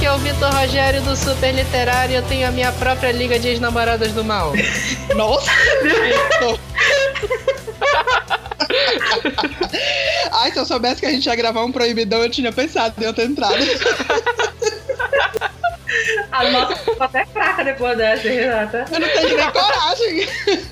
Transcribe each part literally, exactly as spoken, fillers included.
é o Vitor Rogério do Super Literário e eu tenho a minha própria Liga de Ex-Namoradas do Mal. Nossa! Ai, se eu soubesse que a gente ia gravar um proibidão, eu tinha pensado em outra entrada. A nossa ficou até fraca depois dessa, Renata. Eu não tenho nem coragem.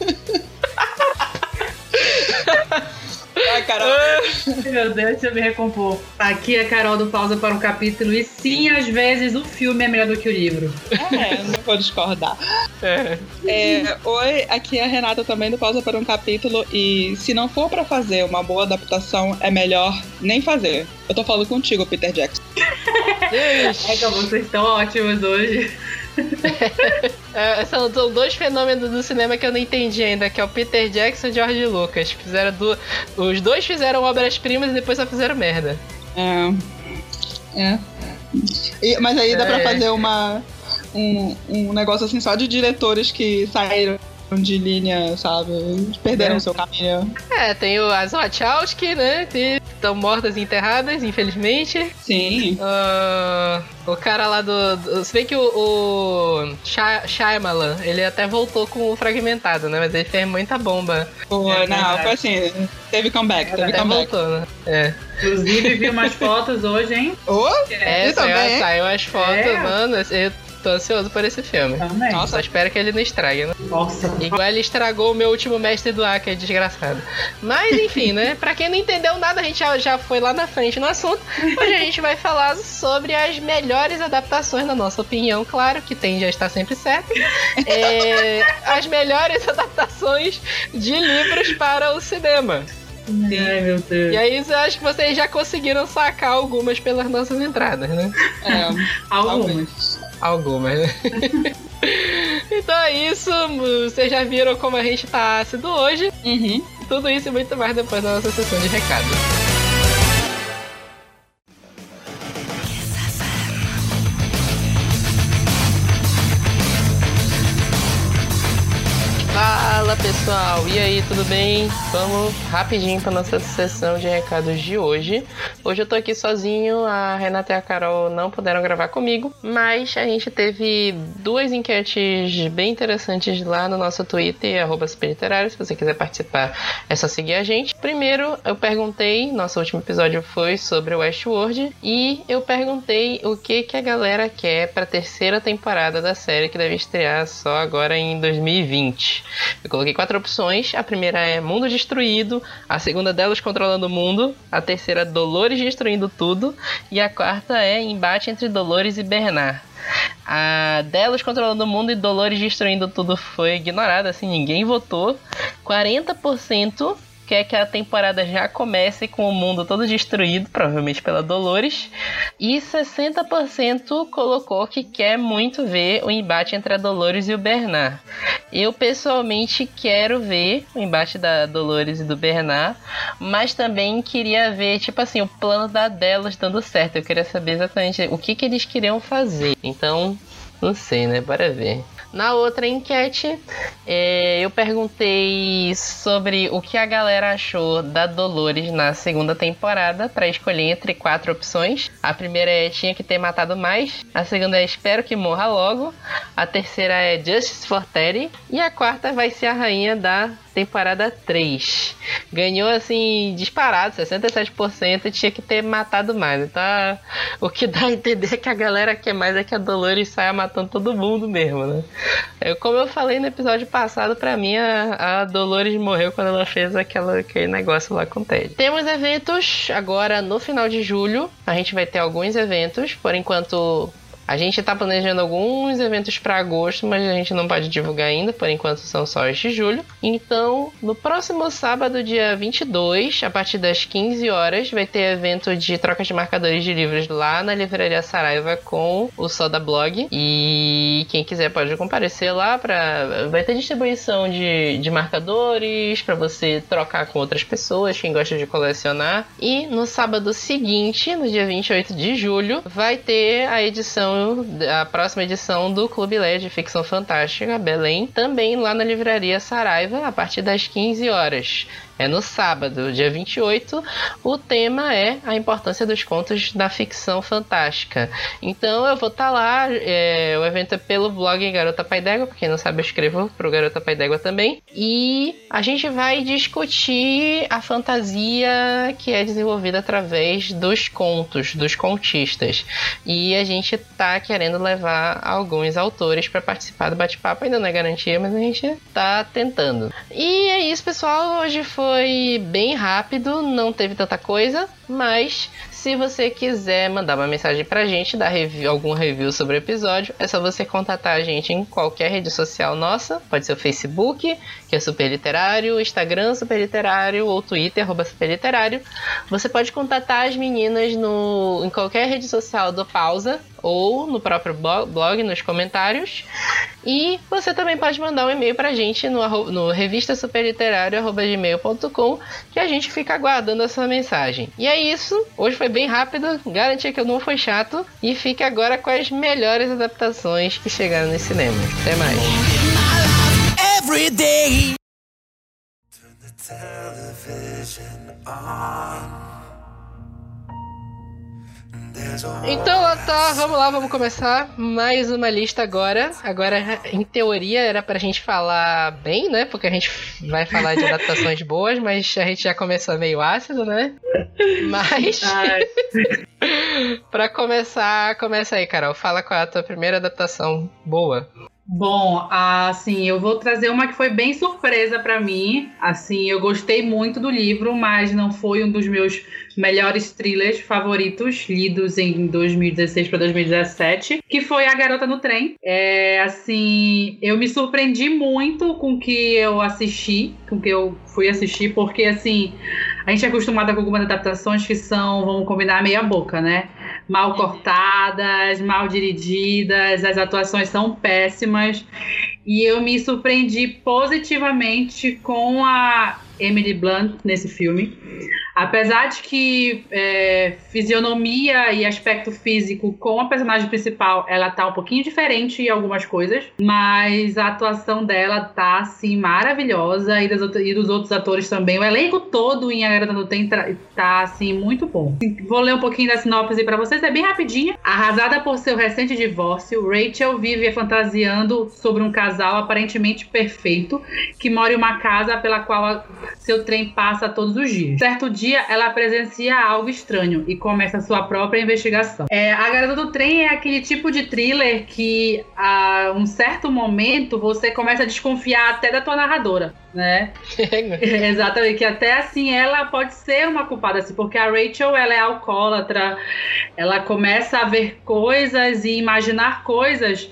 Ai, Carol. Meu Deus, deixa eu me recompor. Aqui é a Carol do Pausa para um Capítulo. E sim, às vezes o filme é melhor do que o livro. É, não vou discordar. É. É, oi, aqui é a Renata também do Pausa para um Capítulo. E se não for pra fazer uma boa adaptação, é melhor nem fazer. Eu tô falando contigo, Peter Jackson. É que vocês estão ótimos hoje. É, são, são dois fenômenos do cinema que eu não entendi ainda, que é o Peter Jackson e o George Lucas. Fizeram do, os dois fizeram obras-primas e depois só fizeram merda. É. É. E, mas aí dá pra É. fazer uma, um, um negócio assim só de diretores que saíram de linha, sabe? Perderam o É. seu caminho. É, tem o, as Wachowski, né? Que estão mortas e enterradas, infelizmente. Sim. Ah, o cara lá do. do se bem que o, o Shy- Shyamalan, ele até voltou com o Fragmentado, né? Mas ele fez muita bomba. Pô, É não, verdade. foi assim. Teve comeback, teve Até comeback. voltou, né? É. Inclusive, vi umas fotos hoje, hein? Ô, É, e também, saiu, hein? saiu as fotos, É. mano. Eu tô ansioso por esse filme. Também. Nossa. Só espero que ele não estrague, né? Nossa. Igual ele estragou o meu último mestre do ar, que é desgraçado. Mas enfim, né? Pra quem não entendeu nada, a gente já, já foi lá na frente no assunto. Hoje a gente vai falar sobre as melhores adaptações, na nossa opinião, claro, que tende a estar sempre certo. É, as melhores adaptações de livros para o cinema. Ai, meu Deus. E aí eu acho que vocês já conseguiram sacar algumas pelas nossas entradas, né? É, Algumas. Algumas, né? Então é isso, vocês já viram como a gente tá ácido hoje. Uhum. Tudo isso e muito mais depois da nossa sessão de recados. Fala pessoal, e aí, tudo bem? Vamos rapidinho para nossa sessão de recados de hoje. Hoje eu tô aqui sozinho, a Renata e a Carol não puderam gravar comigo, mas a gente teve duas enquetes bem interessantes lá no nosso Twitter, arroba superliterário. Se você quiser participar, é só seguir a gente. Primeiro, eu perguntei, nosso último episódio foi sobre o Westworld, e eu perguntei o que, que a galera quer para a terceira temporada da série, que deve estrear só agora em dois mil e vinte. Eu coloquei quatro opções. A primeira é Mundo Destruído, a segunda Delos Controlando o Mundo, a terceira Dolores Destruindo Tudo e a quarta é Embate entre Dolores e Bernard. A Delos Controlando o Mundo e Dolores Destruindo Tudo foi ignorada, assim, ninguém votou. quarenta por cento quer que a temporada já comece com o mundo todo destruído, provavelmente pela Dolores, e sessenta por cento colocou que quer muito ver o embate entre a Dolores e o Bernard. Eu pessoalmente quero ver o embate da Dolores e do Bernard, mas também queria ver, tipo assim, o plano da Delos dando certo. Eu queria saber exatamente o que, que eles queriam fazer. Então, não sei, né? Bora ver. Na outra enquete, é, eu perguntei sobre o que a galera achou da Dolores na segunda temporada, para escolher entre quatro opções. A primeira é tinha que ter matado mais, a segunda é espero que morra logo, a terceira é Justice for Teddy e a quarta vai ser a rainha da temporada três. Ganhou assim disparado, sessenta e sete por cento, tinha que ter matado mais. Então o que dá a entender é que a galera quer mais é que a Dolores saia matando todo mundo mesmo, né? Eu, como eu falei no episódio passado, pra mim a, a Dolores morreu quando ela fez aquela, aquele negócio lá com o Ted. Temos eventos agora no final de julho. A gente vai ter alguns eventos. Por enquanto, a gente tá planejando alguns eventos para agosto, mas a gente não pode divulgar ainda, por enquanto são só os de julho. Então, no próximo sábado, dia vinte e dois, a partir das quinze horas, vai ter evento de troca de marcadores de livros lá na Livraria Saraiva com o Soda Blog. E quem quiser pode comparecer lá, pra... vai ter distribuição de, de marcadores para você trocar com outras pessoas, quem gosta de colecionar. E no sábado seguinte, no dia vinte e oito de julho, vai ter a edição a próxima edição do Clube L E D de Ficção Fantástica Belém, também lá na Livraria Saraiva, a partir das quinze horas. É no sábado, dia vinte e oito. O tema é a importância dos contos da ficção fantástica. Então eu vou estar lá. É, o evento é pelo blog Garota Pai d'Égua. Pra quem não sabe, eu escrevo pro Garota Pai d'Égua também. E a gente vai discutir a fantasia que é desenvolvida através dos contos, dos contistas. E a gente tá querendo levar alguns autores para participar do bate-papo. Ainda não é garantia, mas a gente tá tentando. E é isso, pessoal. Hoje foi bem rápido, não teve tanta coisa, mas se você quiser mandar uma mensagem pra gente, dar review, algum review sobre o episódio, é só você contatar a gente em qualquer rede social nossa. Pode ser o Facebook, que é Super Literário, Instagram Super Literário, ou Twitter, arroba Super Literário. Você pode contatar as meninas no, em qualquer rede social do Pausa, ou no próprio blog, nos comentários. E você também pode mandar um e-mail pra gente no, no revista superliterário arroba gmail ponto com, que a gente fica aguardando a sua mensagem. E é isso, hoje foi bem rápido, garantia que eu não foi chato, e fique agora com as melhores adaptações que chegaram nos cinemas. Até mais. Então, tá, vamos lá, vamos começar mais uma lista agora. Agora, em teoria, era pra gente falar bem, né? Porque a gente vai falar de adaptações boas, mas a gente já começou meio ácido, né? Mas... pra começar, começa aí, Carol. Fala qual é a tua primeira adaptação boa. Bom, assim, eu vou trazer uma que foi bem surpresa pra mim. Assim, eu gostei muito do livro, mas não foi um dos meus melhores thrillers favoritos, lidos em dois mil e dezesseis para dois mil e dezessete, que foi A Garota no Trem. É, assim, eu me surpreendi muito com o que eu assisti, com o que eu fui assistir, porque, assim, a gente é acostumado com algumas adaptações que são, vamos combinar, meia boca, né? Mal cortadas, mal dirigidas, as atuações são péssimas. E eu me surpreendi positivamente com a Emily Blunt nesse filme. Apesar de que é, fisionomia e aspecto físico com a personagem principal, ela tá um pouquinho diferente em algumas coisas, mas a atuação dela tá, assim, maravilhosa, e, das, e dos outros atores também. O elenco todo em A Garota no Trem tá, assim, muito bom. Vou ler um pouquinho da sinopse pra vocês, é bem rapidinha. Arrasada por seu recente divórcio, Rachel vive fantasiando sobre um casal aparentemente perfeito, que mora em uma casa pela qual a, seu trem passa todos os dias. Certo dia, ela presencia algo estranho e começa a sua própria investigação. É, A Garota do Trem é aquele tipo de thriller que, a um certo momento, você começa a desconfiar até da tua narradora, né? Exatamente, que até assim ela pode ser uma culpada, assim, porque a Rachel, ela é alcoólatra, ela começa a ver coisas e imaginar coisas,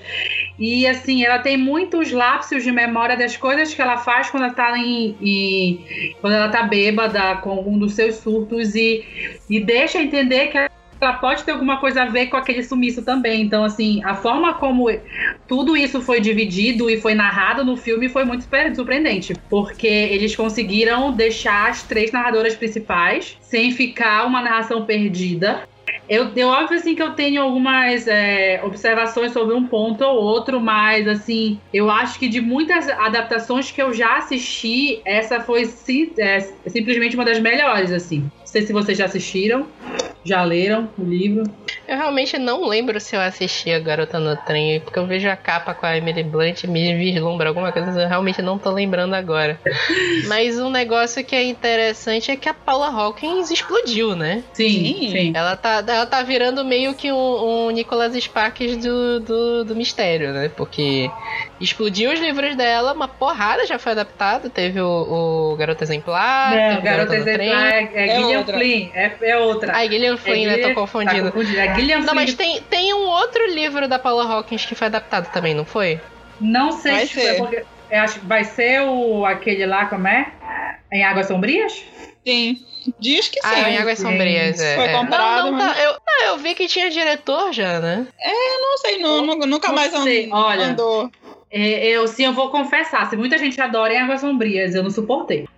e assim, ela tem muitos lapsos de memória das coisas que ela faz quando ela tá em, em quando ela tá bêbada com algum dos seus surtos, e, e deixa entender que ela pode ter alguma coisa a ver com aquele sumiço também. Então, assim, a forma como tudo isso foi dividido e foi narrado no filme foi muito surpreendente, porque eles conseguiram deixar as três narradoras principais sem ficar uma narração perdida. Eu, eu óbvio, assim, que eu tenho algumas é, observações sobre um ponto ou outro, mas, assim, eu acho que de muitas adaptações que eu já assisti, essa foi sim, é, simplesmente uma das melhores, assim. Não sei se vocês já assistiram, já leram o livro. Eu realmente não lembro se eu assisti A Garota no Trem, porque eu vejo a capa com a Emily Blunt e me vislumbra alguma coisa, eu realmente não tô lembrando agora. Mas um negócio que é interessante é que a Paula Hawkins explodiu, né? Sim, sim. Ela tá, ela tá virando meio que um, um Nicholas Sparks do, do, do mistério, né? Porque explodiu os livros dela, uma porrada já foi adaptado. Teve o, o Garota Exemplar, não, teve Garota Exemplar é, é, é Gillian outra. Flynn, é, é outra. Ah, Gillian Flynn, é, né? Tô confundindo. Tá confundindo. É Gillian não, Flynn. mas tem, tem um outro livro da Paula Hawkins que foi adaptado também, não foi? Não sei vai se ser. foi, porque eu acho que vai ser o, aquele lá, como é? Em Águas Sombrias? Sim. Diz que sim. Ah, em Águas Sombrias, é. Foi é. comprado, não, não, mas... tá, eu, não, eu vi que tinha diretor já, né? É, não sei, não, não, nunca não mais sei. Olha, andou. É, eu sim, eu vou confessar, se muita gente adora em Águas Sombrias, eu não suportei.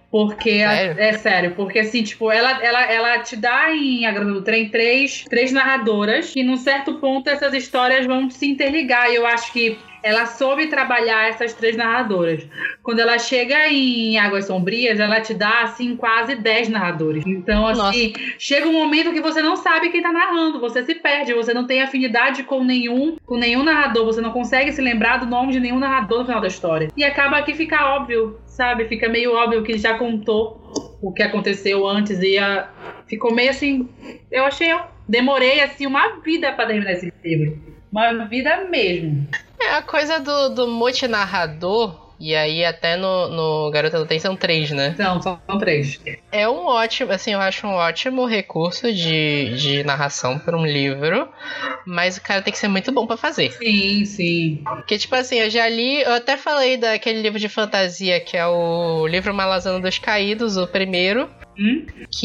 Porque Sério? A, é sério, porque assim, tipo, ela, ela, ela te dá em A Garota do Trem três, três narradoras, e num certo ponto essas histórias vão se interligar. E eu acho que ela soube trabalhar essas três narradoras. Quando ela chega em Águas Sombrias, ela te dá, assim, quase dez narradores. Então, assim, Nossa. chega um momento que você não sabe quem tá narrando, você se perde, você não tem afinidade com nenhum, com nenhum narrador, você não consegue se lembrar do nome de nenhum narrador no final da história. E acaba que fica óbvio, sabe? Fica meio óbvio que ele já contou o que aconteceu antes e a... ficou meio assim... Eu achei... Eu demorei, assim, uma vida pra terminar esse livro. Uma vida mesmo. É, a coisa do, do multinarrador, e aí até no, no Garota do Trem são três, né? Não, são três. É um ótimo, assim, eu acho um ótimo recurso de, de narração para um livro, mas o cara tem que ser muito bom pra fazer. Sim, sim. Porque, tipo assim, eu já li, eu até falei daquele livro de fantasia que é o Livro Malazano dos Caídos, o primeiro. Hum?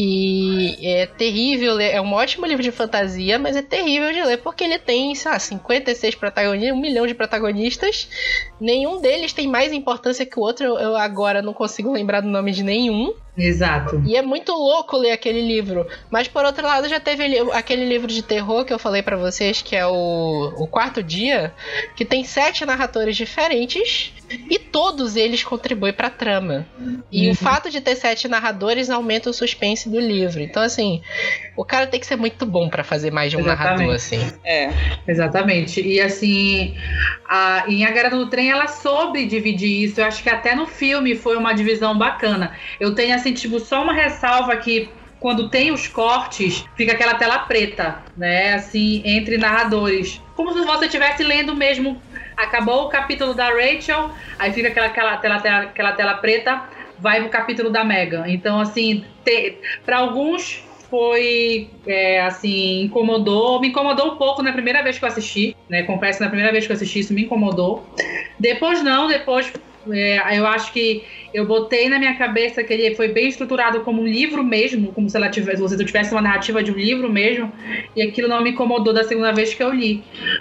Que é terrível ler, é um ótimo livro de fantasia, mas é terrível de ler porque ele tem, sei lá, cinquenta e seis protagonistas, um milhão de protagonistas, nenhum deles tem mais importância que o outro, eu, eu agora não consigo lembrar do nome de nenhum. Exato. E é muito louco ler aquele livro. Mas por outro lado, já teve aquele livro de terror que eu falei pra vocês, que é o, o Quarto Dia, que tem sete narradores diferentes e todos eles contribuem pra trama. E uhum. o fato de ter sete narradores aumenta o suspense do livro. Então, assim, o cara tem que ser muito bom pra fazer mais de um Exatamente. narrador, assim. É, exatamente. E assim, a, em A Garota do Trem, ela soube dividir isso. Eu acho que até no filme foi uma divisão bacana. Eu tenho, assim, tipo, só uma ressalva que quando tem os cortes, fica aquela tela preta, né, assim, entre narradores. Como se você estivesse lendo mesmo. Acabou o capítulo da Rachel, aí fica aquela, aquela, tela, aquela tela preta, vai pro capítulo da Megan. Então, assim, te, para alguns foi, é, assim, incomodou. Me incomodou um pouco na primeira vez que eu assisti, né, confesso, na primeira vez que eu assisti isso me incomodou. Depois não, depois... É, eu acho que eu botei na minha cabeça que ele foi bem estruturado como um livro mesmo, como se ela tivesse, se eu tivesse uma narrativa de um livro mesmo, e aquilo não me incomodou da segunda vez que eu li.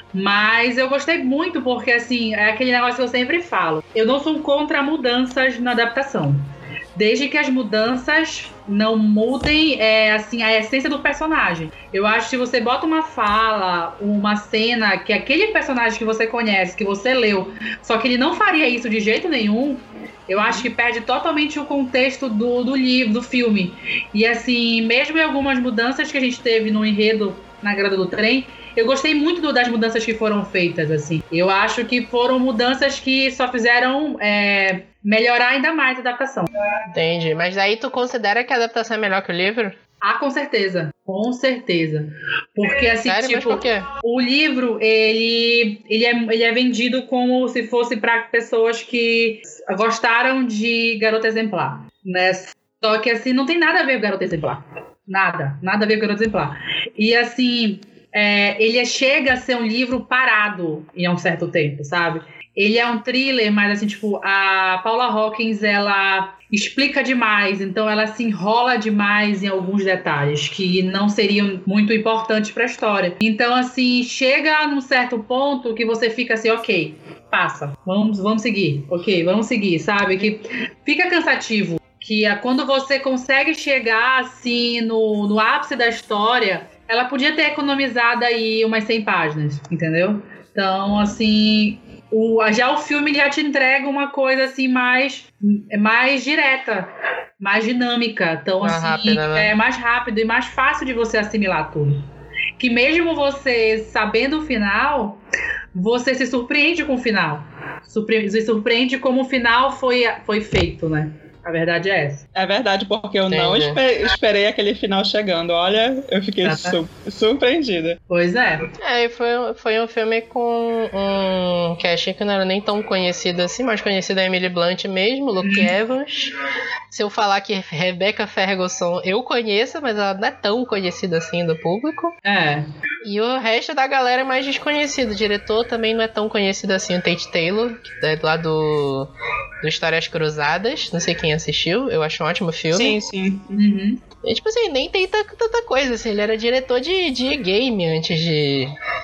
Mas eu gostei muito porque, assim, é aquele negócio que eu sempre falo. Eu não sou contra mudanças na adaptação. Desde que as mudanças não mudem, é, assim, a essência do personagem. Eu acho que se você bota uma fala, uma cena, que aquele personagem que você conhece, que você leu, só que ele não faria isso de jeito nenhum, eu acho que perde totalmente o contexto do, do livro, do filme. E assim, mesmo em algumas mudanças que a gente teve no enredo na Garota do Trem, eu gostei muito do, das mudanças que foram feitas, assim. Eu acho que foram mudanças que só fizeram é, melhorar ainda mais a adaptação. Entendi. Mas daí tu considera que a adaptação é melhor que o livro? Ah, com certeza. Com certeza. Porque, assim, Sério? tipo, Mas por quê? O livro, ele, ele, é, ele é vendido como se fosse para pessoas que gostaram de Garota Exemplar, né? Só que, assim, não tem nada a ver com Garota Exemplar. Nada. Nada a ver com Garota Exemplar. E, assim... É, ele chega a ser um livro parado em um certo tempo, sabe? Ele é um thriller, mas assim, tipo, a Paula Hawkins, ela explica demais, então ela se enrola demais em alguns detalhes que não seriam muito importantes para a história. Então, assim, chega num certo ponto que você fica assim, ok, passa, vamos, vamos seguir, ok, vamos seguir, sabe? Que fica cansativo. Que é quando você consegue chegar, assim, no, no ápice da história... Ela podia ter economizado aí umas cem páginas, entendeu? Então, assim, o, já o filme já te entrega uma coisa assim mais, mais direta, mais dinâmica. Então, mais assim, rápida, né? É mais rápido e mais fácil de você assimilar tudo. Que mesmo você sabendo o final, você se surpreende com o final. Surpre- se surpreende como o final foi, foi feito, né? A verdade é essa. É verdade, porque eu Entendi. não espe- esperei aquele final chegando. Olha, eu fiquei Ah, su- surpreendida. Pois é. É, e foi, foi um filme com um cast que não era nem tão conhecido assim, mais conhecido é Emily Blunt mesmo, Luke hum. Evans. Se eu falar que Rebecca Ferguson eu conheço, mas ela não é tão conhecida assim do público. É. E o resto da galera é mais desconhecido. O diretor também não é tão conhecido assim, o Tate Taylor, que é lá do, do Histórias Cruzadas. Não sei quem assistiu, eu acho um ótimo filme. Sim, sim. Uhum. E, tipo assim, nem tem tanta, tanta coisa, assim, ele era diretor de, de game antes de,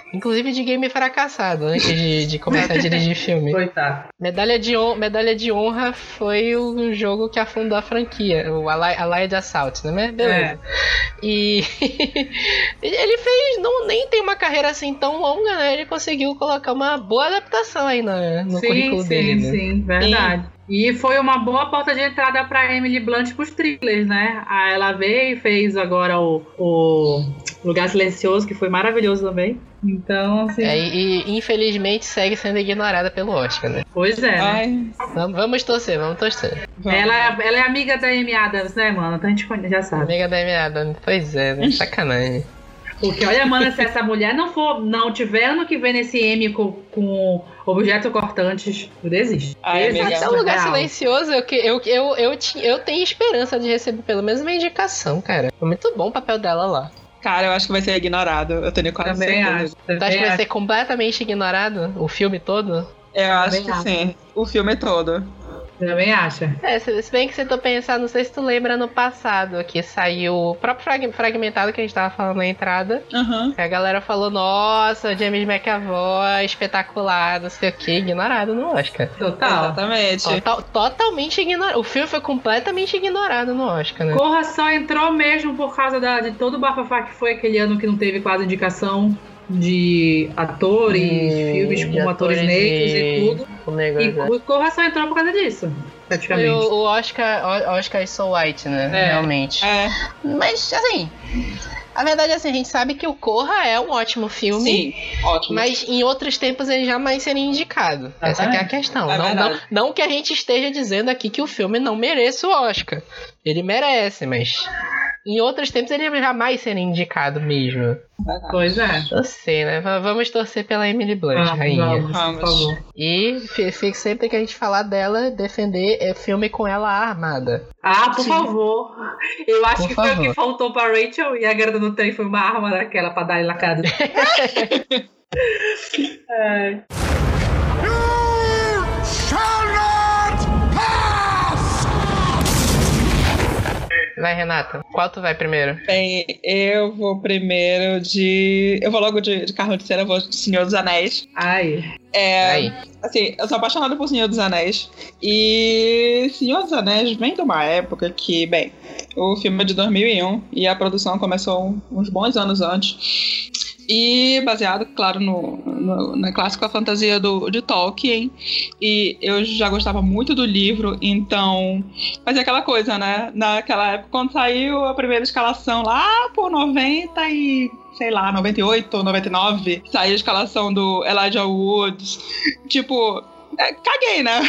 Inclusive de game fracassado, antes de, de começar a dirigir filme. Coitado. Medalha de, honra, Medalha de Honra foi o jogo que afundou a franquia, o Allied Assault, né? Beleza. É. E ele fez, não, nem tem uma carreira assim tão longa, né? Ele conseguiu colocar uma boa adaptação aí no, no sim, currículo sim, dele. Sim, né? sim, verdade. Sim. E foi uma boa porta de entrada pra Emily Blunt pros thrillers, né? Aí ela veio e fez agora o, o Lugar Silencioso, que foi maravilhoso também. Então, assim... É, e, e infelizmente segue sendo ignorada pelo Oscar, né? Pois é, né? Vamos, vamos torcer, vamos torcer. Ela, ela é amiga da Amy Adams, né, mano? Então a gente já sabe. Amiga da Amy Adams, pois é, né? Sacanagem. Porque, olha, mano, se essa mulher não for, não tiver ano que vem nesse M com, com objetos cortantes, eu desisto. Ai, até o Lugar Silencioso, eu, eu, eu, eu, eu tenho esperança de receber pelo menos uma indicação, cara. Foi muito bom o papel dela lá. Cara, eu acho que vai ser ignorado. Eu tenho quase Também certeza. Acho, tu acha que vai ser completamente ignorado? O filme todo? Eu acho que acho. sim. O filme todo. Também acha. É, se bem que se tu pensar, não sei se tu lembra no passado que saiu o próprio fragmentado que a gente tava falando na entrada. Uhum. Que a galera falou, nossa, James McAvoy, espetacular, não sei o que, ignorado no Oscar. Total. Exatamente. Total, totalmente ignorado. O filme foi completamente ignorado no Oscar, né? Corra só entrou mesmo por causa da, de todo o bafafá que foi aquele ano que não teve quase indicação de atores, de, filmes com atores, atores negros e, e tudo. Negro, e o Corra só entrou por causa disso, praticamente. O, o Oscar, o Oscar is so white, né? É, realmente. É. Mas, assim, a verdade é assim, a gente sabe que o Corra é um ótimo filme. Sim, ótimo. Mas em outros tempos ele jamais seria indicado. Ah, Essa é, que é a questão. É não, não, não que a gente esteja dizendo aqui que o filme não mereça o Oscar. Ele merece, mas... Em outros tempos ele jamais seria indicado mesmo. Pois é. Eu sei, né? Vamos torcer pela Emily Blunt, ah, rainha. Vamos, vamos. Por favor. E fique sempre que a gente falar dela, defender é filme com ela armada. Ah, por Sim. favor. Eu acho por que favor. foi o que faltou pra Rachel e a garota do trem foi uma arma daquela pra dar ele na cara. é. Vai, Renata. Qual tu vai primeiro? Bem, eu vou primeiro de... Eu vou logo de, de Carroceira, eu vou de Senhor dos Anéis. Ai. É... Ai. Assim, eu sou apaixonada por Senhor dos Anéis. E Senhor dos Anéis vem de uma época que, bem... O filme é de dois mil e um e a produção começou uns bons anos antes. E baseado, claro, no, no, na clássica fantasia do, de Tolkien. E eu já gostava muito do livro, então fazia aquela coisa, né? Naquela época, quando saiu a primeira escalação lá por noventa e... sei lá, noventa e oito, noventa e nove, saiu a escalação do Elijah Wood. Tipo... É, caguei, né?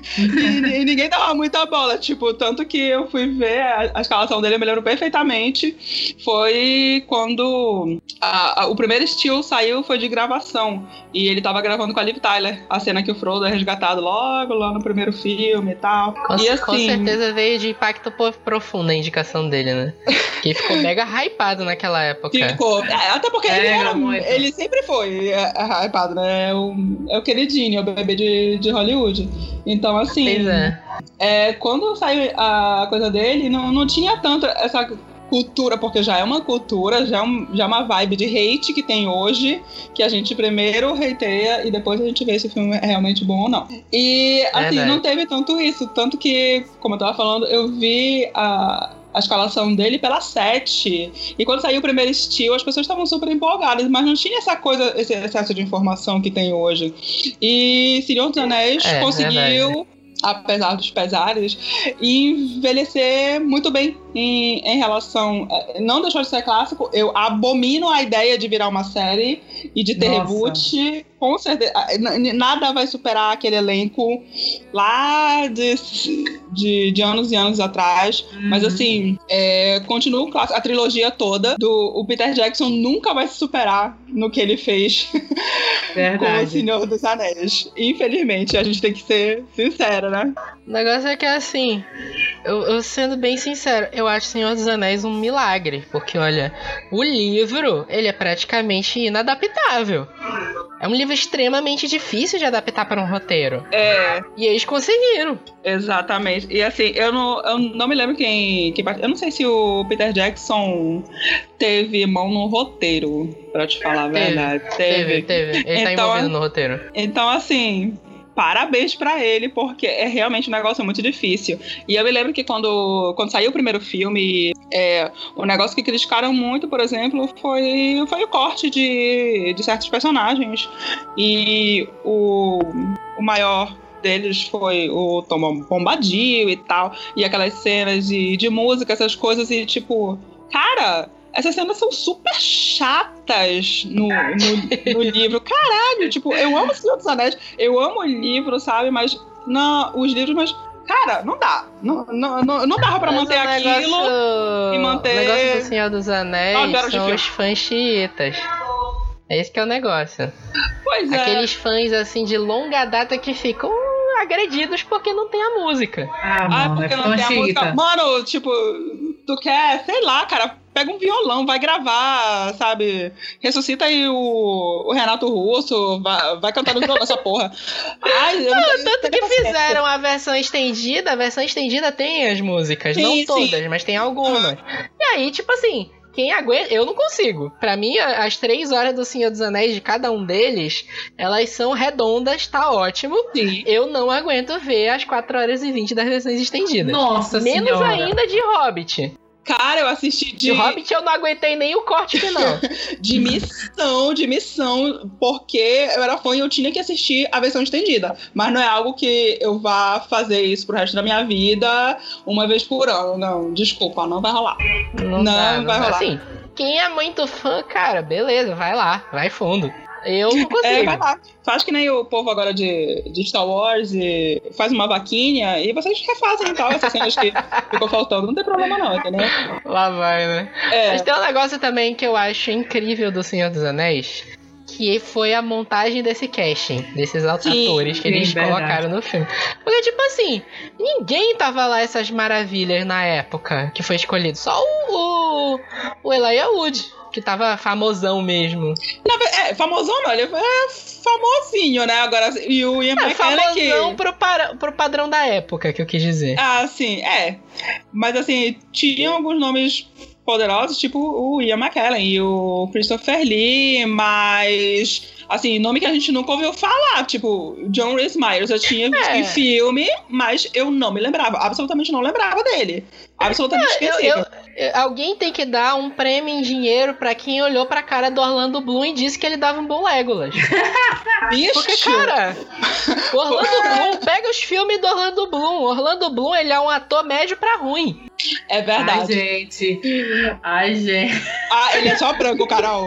e, e ninguém dava muita bola, tipo, tanto que eu fui ver a, a escalação dele, eu me lembro perfeitamente, foi quando a, a, o primeiro still saiu, foi de gravação, e ele tava gravando com a Liv Tyler, a cena que o Frodo é resgatado logo lá no primeiro filme e tal. Com, e, assim, com certeza veio de impacto profundo a indicação dele, né? Que ficou mega hypado naquela época. Ficou, é, até porque é, ele, era, ele sempre foi é, é, hypado, né? É o, é o queridinho, é o bebê de de Hollywood. Então, assim, é. É, quando saiu a coisa dele, não, não tinha tanto essa cultura, porque já é uma cultura, já é, um, já é uma vibe de hate que tem hoje, que a gente primeiro hateia e depois a gente vê se o filme é realmente bom ou não. E, assim, é, não teve tanto isso, tanto que, como eu tava falando, eu vi a... a escalação dele pela sete. E quando saiu o primeiro Steel, as pessoas estavam super empolgadas, mas não tinha essa coisa, esse excesso de informação que tem hoje. E Senhor dos Anéis é, conseguiu, verdade. Apesar dos pesares, envelhecer muito bem em, em relação... Não deixou de ser clássico, eu abomino a ideia de virar uma série e de ter Nossa. reboot. Com certeza, nada vai superar aquele elenco lá de, de, de anos e anos atrás. Uhum. Mas assim, é, continua o clássico, a trilogia toda do o Peter Jackson nunca vai se superar no que ele fez com o Senhor dos Anéis. Infelizmente, a gente tem que ser sincero, né? O negócio é que assim, eu, eu sendo bem sincero, eu eu acho Senhor dos Anéis um milagre, porque olha, o livro, ele é praticamente inadaptável. É um livro extremamente difícil de adaptar para um roteiro. É. E eles conseguiram. Exatamente. E assim, eu não, eu não me lembro quem, quem... Eu não sei se o Peter Jackson teve mão no roteiro, pra te falar a verdade. Teve, teve. teve. Ele então, tá envolvido no roteiro. Então, assim... Parabéns pra ele, porque é realmente um negócio muito difícil. E eu me lembro que quando, quando saiu o primeiro filme, é, o negócio que criticaram muito, por exemplo, foi, foi o corte de, de certos personagens. E o, o maior deles foi o Tom Bombadil e tal. E aquelas cenas de, de música, essas coisas. E tipo, cara... Essas cenas são super chatas no, no, no livro. Caralho, tipo, eu amo o Senhor dos Anéis, eu amo o livro, sabe? Mas, não, os livros, mas, cara, não dá. Não, não, não, não dava pra mas manter negócio, aquilo e manter... O negócio do Senhor dos Anéis são os fãs chiitas. É esse que é o negócio. Pois é. Aqueles fãs, assim, de longa data que ficam... agredidos porque não tem a música. Ah, ah mano, porque é não tem a música. Mano, tipo, tu quer, sei lá, cara, pega um violão, vai gravar, sabe? Ressuscita aí o, o Renato Russo, vai, vai cantar no violão essa porra. Ai, eu não, não, tanto que fizeram a versão estendida, a versão estendida tem as músicas, sim, não todas, sim. Mas tem algumas. Ah. E aí, tipo assim, quem aguenta... Eu não consigo. Pra mim, as três horas do Senhor dos Anéis, de cada um deles, elas são redondas, tá ótimo. Sim. Eu não aguento ver as quatro horas e vinte das versões estendidas. Nossa Menos senhora. ainda de Hobbit. Cara, eu assisti de... De Hobbit eu não aguentei nem o corte final. de missão, de missão, porque eu era fã e eu tinha que assistir a versão estendida. Mas não é algo que eu vá fazer isso pro resto da minha vida uma vez por ano. Não, desculpa, não vai rolar. Não, não, dá, não vai rolar. Assim, quem é muito fã, cara, beleza, vai lá, vai fundo. Eu não consigo. É, vai lá. Faz que nem o povo agora de, de Star Wars e faz uma vaquinha e vocês refazem e tal, essas cenas que ficou faltando. Não tem problema não, entendeu? Lá vai, né? É. Mas tem um negócio também que eu acho incrível do Senhor dos Anéis, que foi a montagem desse casting, desses atores que eles verdade. colocaram no filme. Porque, tipo assim, ninguém tava lá essas maravilhas na época que foi escolhido. Só o, o, o Elijah Wood, que tava famosão mesmo. Não, é, famosão não, ele é famosinho, né? Agora, e o Ian é, McKellen que... famosão pro, para, pro padrão da época, que eu quis dizer. Ah, sim, é. Mas, assim, tinham alguns nomes poderosos, tipo o Ian McKellen e o Christopher Lee, mas... Assim, nome que a gente nunca ouviu falar, tipo, John Rhys Meyers. Eu tinha visto é. em filme, mas eu não me lembrava. Absolutamente não lembrava dele. Absolutamente é, esquecido. Eu, eu, alguém tem que dar um prêmio em dinheiro pra quem olhou pra cara do Orlando Bloom e disse que ele dava um bom Legolas. Bicho! Porque, cara, o Orlando Bloom, pega os filmes do Orlando Bloom. Orlando Bloom, ele é um ator médio pra ruim. É verdade. Ai, gente. Ai, gente. Ah, ele é só branco, Carol.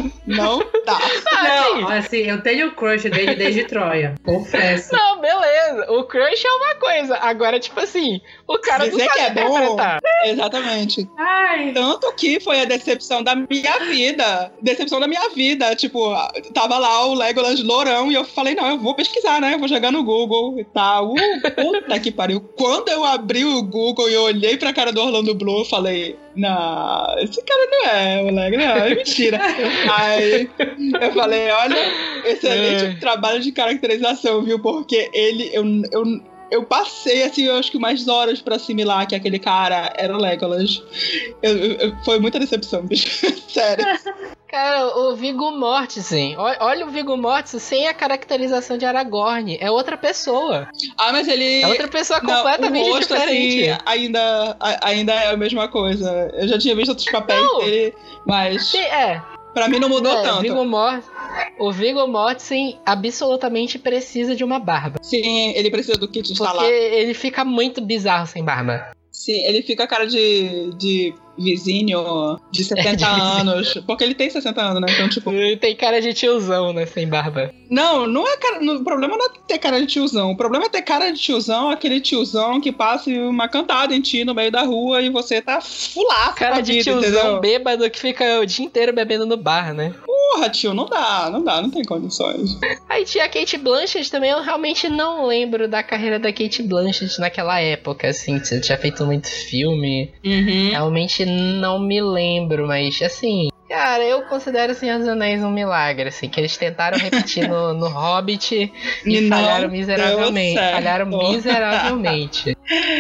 Não dá. Ah, não, assim, eu tenho o crush dele desde Troia. Confesso. Não, beleza. O crush é uma coisa. Agora, tipo assim, o cara não sabe que é interpretar. Bom, exatamente. Ai. Tanto que foi a decepção da minha vida. Decepção da minha vida. Tipo, tava lá o Legolas lourão e eu falei, não, eu vou pesquisar, né? Eu vou jogar no Google e tal. Uh, puta que pariu. Quando eu abri o Google e eu olhei pra cara do Orlando Bloom, eu falei, não, esse cara não é o Legolas, não, é mentira. Aí eu falei, olha, excelente é. trabalho de caracterização, viu? Porque ele, eu, eu, eu passei, assim, eu acho que mais horas pra assimilar que aquele cara era o Legolas. Eu, eu, foi muita decepção, bicho. Sério. Cara, o Viggo Mortensen, olha o Viggo Mortensen sem a caracterização de Aragorn, é outra pessoa. Ah, mas ele... É outra pessoa completamente não, o rosto, diferente. Assim, ainda, a, ainda é a mesma coisa. Eu já tinha visto outros papéis não. dele, mas... Sim, é. Pra mim não mudou é, tanto. Viggo Mort... O Viggo Mortensen absolutamente precisa de uma barba. Sim, ele precisa do kit instalado. Porque ele fica muito bizarro sem barba. Sim, ele fica a cara de, de vizinho de sessenta é, de anos. Porque ele tem sessenta anos, né? Então, tipo... Ele tem cara de tiozão, né? Sem barba. Não, não é cara... O problema não é ter cara de tiozão. O problema é ter cara de tiozão, aquele tiozão que passa uma cantada em ti no meio da rua e você tá fulaço. Cara de vida, tiozão entendeu? Bêbado que fica o dia inteiro bebendo no bar, né? Porra, tio, não dá, não dá, não tem condições. Aí tinha a Cate Blanchett também, eu realmente não lembro da carreira da Cate Blanchett naquela época, assim, tinha feito muito filme. Uhum. Realmente não me lembro, mas assim... Cara, eu considero o Senhor dos Anéis um milagre, assim, que eles tentaram repetir no, no Hobbit e, e falharam miseravelmente. Falharam miseravelmente.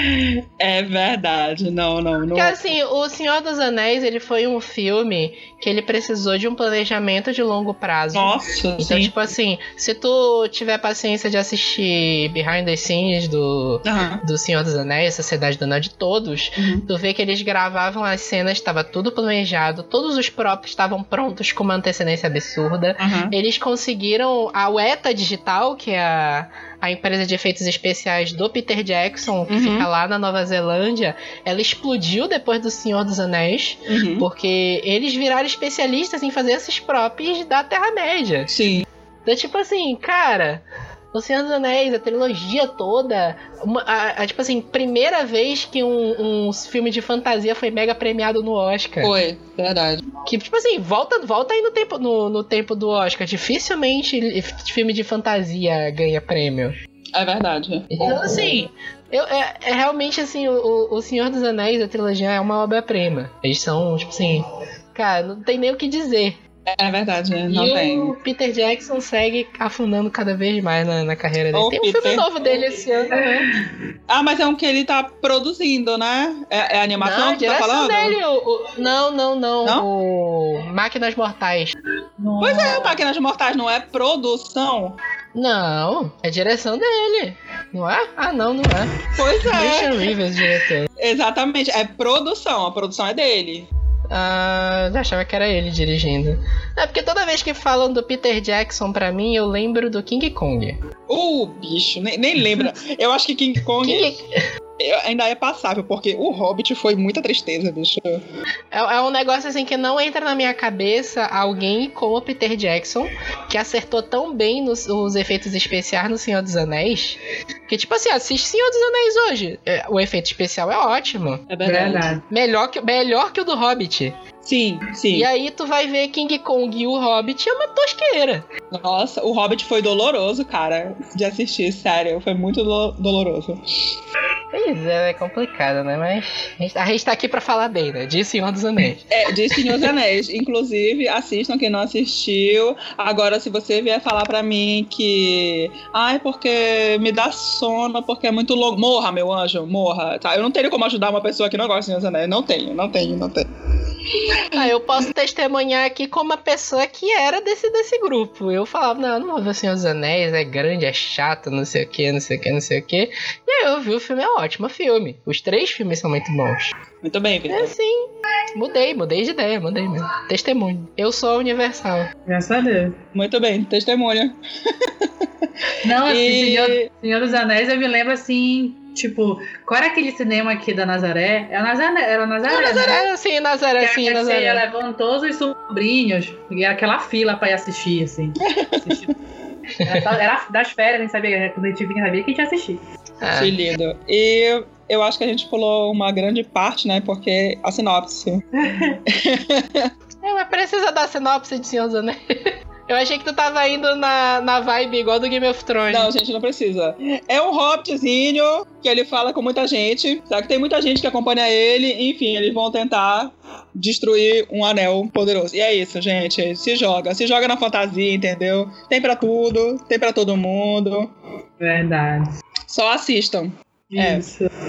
É verdade, não, não, não. Porque assim, o Senhor dos Anéis, ele foi um filme que ele precisou de um planejamento de longo prazo. Nossa, então, sim. tipo assim, se tu tiver paciência de assistir Behind the Scenes do, uhum. do Senhor dos Anéis, Sociedade do Anel de Todos, uhum. tu vê que eles gravavam as cenas, estava tudo planejado, todos os próprios estavam prontos com uma antecedência absurda. Uhum. Eles conseguiram a Weta Digital, que é a, a empresa de efeitos especiais do Peter Jackson, que uhum. fica lá na Nova Zelândia, ela explodiu depois do Senhor dos Anéis, uhum. porque eles viraram especialistas em fazer esses props da Terra-média. Sim. Então, tipo assim, cara... O Senhor dos Anéis, a trilogia toda, uma, a, a, tipo assim, primeira vez que um, um filme de fantasia foi mega premiado no Oscar. Foi, verdade. Que, tipo assim, volta, volta aí no tempo, no, no tempo do Oscar. Dificilmente filme de fantasia ganha prêmio. É verdade. Então, assim, eu, é, é realmente, assim, o, o Senhor dos Anéis, a trilogia, é uma obra-prima. Eles são, tipo assim, cara, não tem nem o que dizer. É verdade, não e tem. O Peter Jackson segue afundando cada vez mais na, na carreira dele. O tem um Peter... filme novo dele esse ano, né? Ah, mas é um que ele tá produzindo, né? É, é a animação não, que tu tá falando? Dele, o, o... Não, não, não, não. O Máquinas Mortais. Não. Pois é, o Máquinas Mortais não é produção? Não, é direção dele. Não é? Ah, não, não é. Pois é. Christian Rivers, diretor. Exatamente, é produção, a produção é dele. Ah, eu achava que era ele dirigindo. É porque toda vez que falam do Peter Jackson pra mim, eu lembro do King Kong. Uh, bicho, nem, nem lembra. Eu acho que King Kong King... ainda é passável, porque o Hobbit foi muita tristeza, bicho. É, é um negócio assim que não entra na minha cabeça alguém como o Peter Jackson, que acertou tão bem nos, os efeitos especiais no Senhor dos Anéis, que tipo assim, assiste Senhor dos Anéis hoje. É, o efeito especial é ótimo. É verdade. Melhor que, melhor que o do Hobbit. Sim, sim. E aí tu vai ver King Kong e o Hobbit é uma tosqueira. Nossa, o Hobbit foi doloroso, cara, de assistir, sério. Foi muito do- doloroso. Pois é, é complicado, né? Mas a gente, a gente tá aqui pra falar bem, né? De Senhor dos Anéis. É, de Senhor dos Anéis. Inclusive, assistam quem não assistiu. Agora, se você vier falar pra mim que... Ai, porque me dá sono, porque é muito longo. Morra, meu anjo, morra. Tá? Eu não tenho como ajudar uma pessoa que não gosta de Senhor dos Anéis. Não tenho, não tenho, não tenho. Ah, eu posso testemunhar aqui como uma pessoa que era desse, desse grupo. Eu falava, não, não vou ver o Senhor dos Anéis, é grande, é chato, não sei o que, não sei o que, não sei o que. E aí eu vi o filme, é um ótimo filme. Os três filmes são muito bons. Muito bem, Vitor. É assim, mudei, mudei de ideia, mudei mesmo. Testemunho. Eu sou a Universal. Graças a Deus. Muito bem, testemunha. Não, assim, E... Senhor, Senhor dos Anéis, eu me lembro assim... Tipo, qual era aquele cinema aqui da Nazaré? É o Nazaré, era o Nazaré, é, Nazaré, né? sim, Nazaré, que sim, a Nazaré. Ia levando todos os sobrinhos, e era aquela fila pra ir assistir, assim. assistir. Era, só, era das férias, a gente sabia, quando a gente vinha, sabia que a gente ia assistir. Ah. Que lindo. E eu acho que a gente pulou uma grande parte, né? Porque a sinopse. É, mas precisa dar sinopse de Senhor dos Anéis. Eu achei que tu tava indo na, na vibe igual do Game of Thrones. Não, gente, não precisa. É um hobbitzinho que ele fala com muita gente. Só que tem muita gente que acompanha ele. Enfim, eles vão tentar destruir um anel poderoso. E é isso, gente. Se joga. Se joga na fantasia, entendeu? Tem pra tudo. Tem pra todo mundo. Verdade. Só assistam. Isso. É.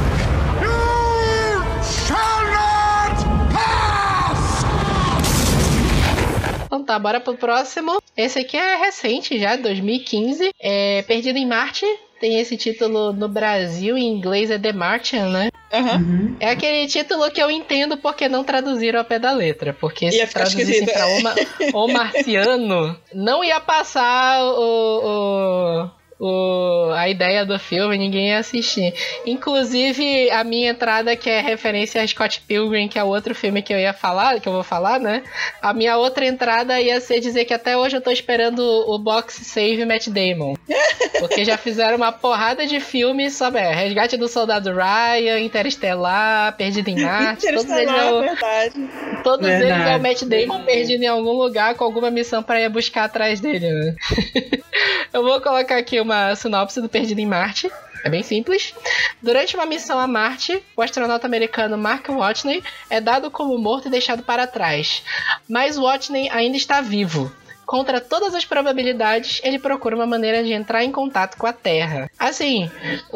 Então tá, bora pro próximo. Esse aqui é recente já, dois mil e quinze. É Perdido em Marte. Tem esse título no Brasil, em inglês é The Martian, né? Uhum. É aquele título que eu entendo porque não traduziram ao pé da letra. Porque se traduzissem pra o, Ma- o Marciano, não ia passar o, o, o, a ideia do filme, ninguém ia assistir. Inclusive, a minha entrada, que é referência a Scott Pilgrim, que é o outro filme que eu ia falar, que eu vou falar, né? A minha outra entrada ia ser dizer que até hoje eu tô esperando o box save Matt Damon. Porque já fizeram uma porrada de filmes sobre é, Resgate do Soldado Ryan, Interestelar, Perdido em Marte. Todos eles é o, verdade. Todos verdade. eles é o Matt Damon perdido em algum lugar com alguma missão pra ir buscar atrás dele, né? Eu vou colocar aqui uma sinopse do Perdido em Marte. É bem simples. Durante uma missão a Marte, o astronauta americano Mark Watney é dado como morto e deixado para trás. Mas Watney ainda está vivo. Contra todas as probabilidades, ele procura uma maneira de entrar em contato com a Terra. Assim,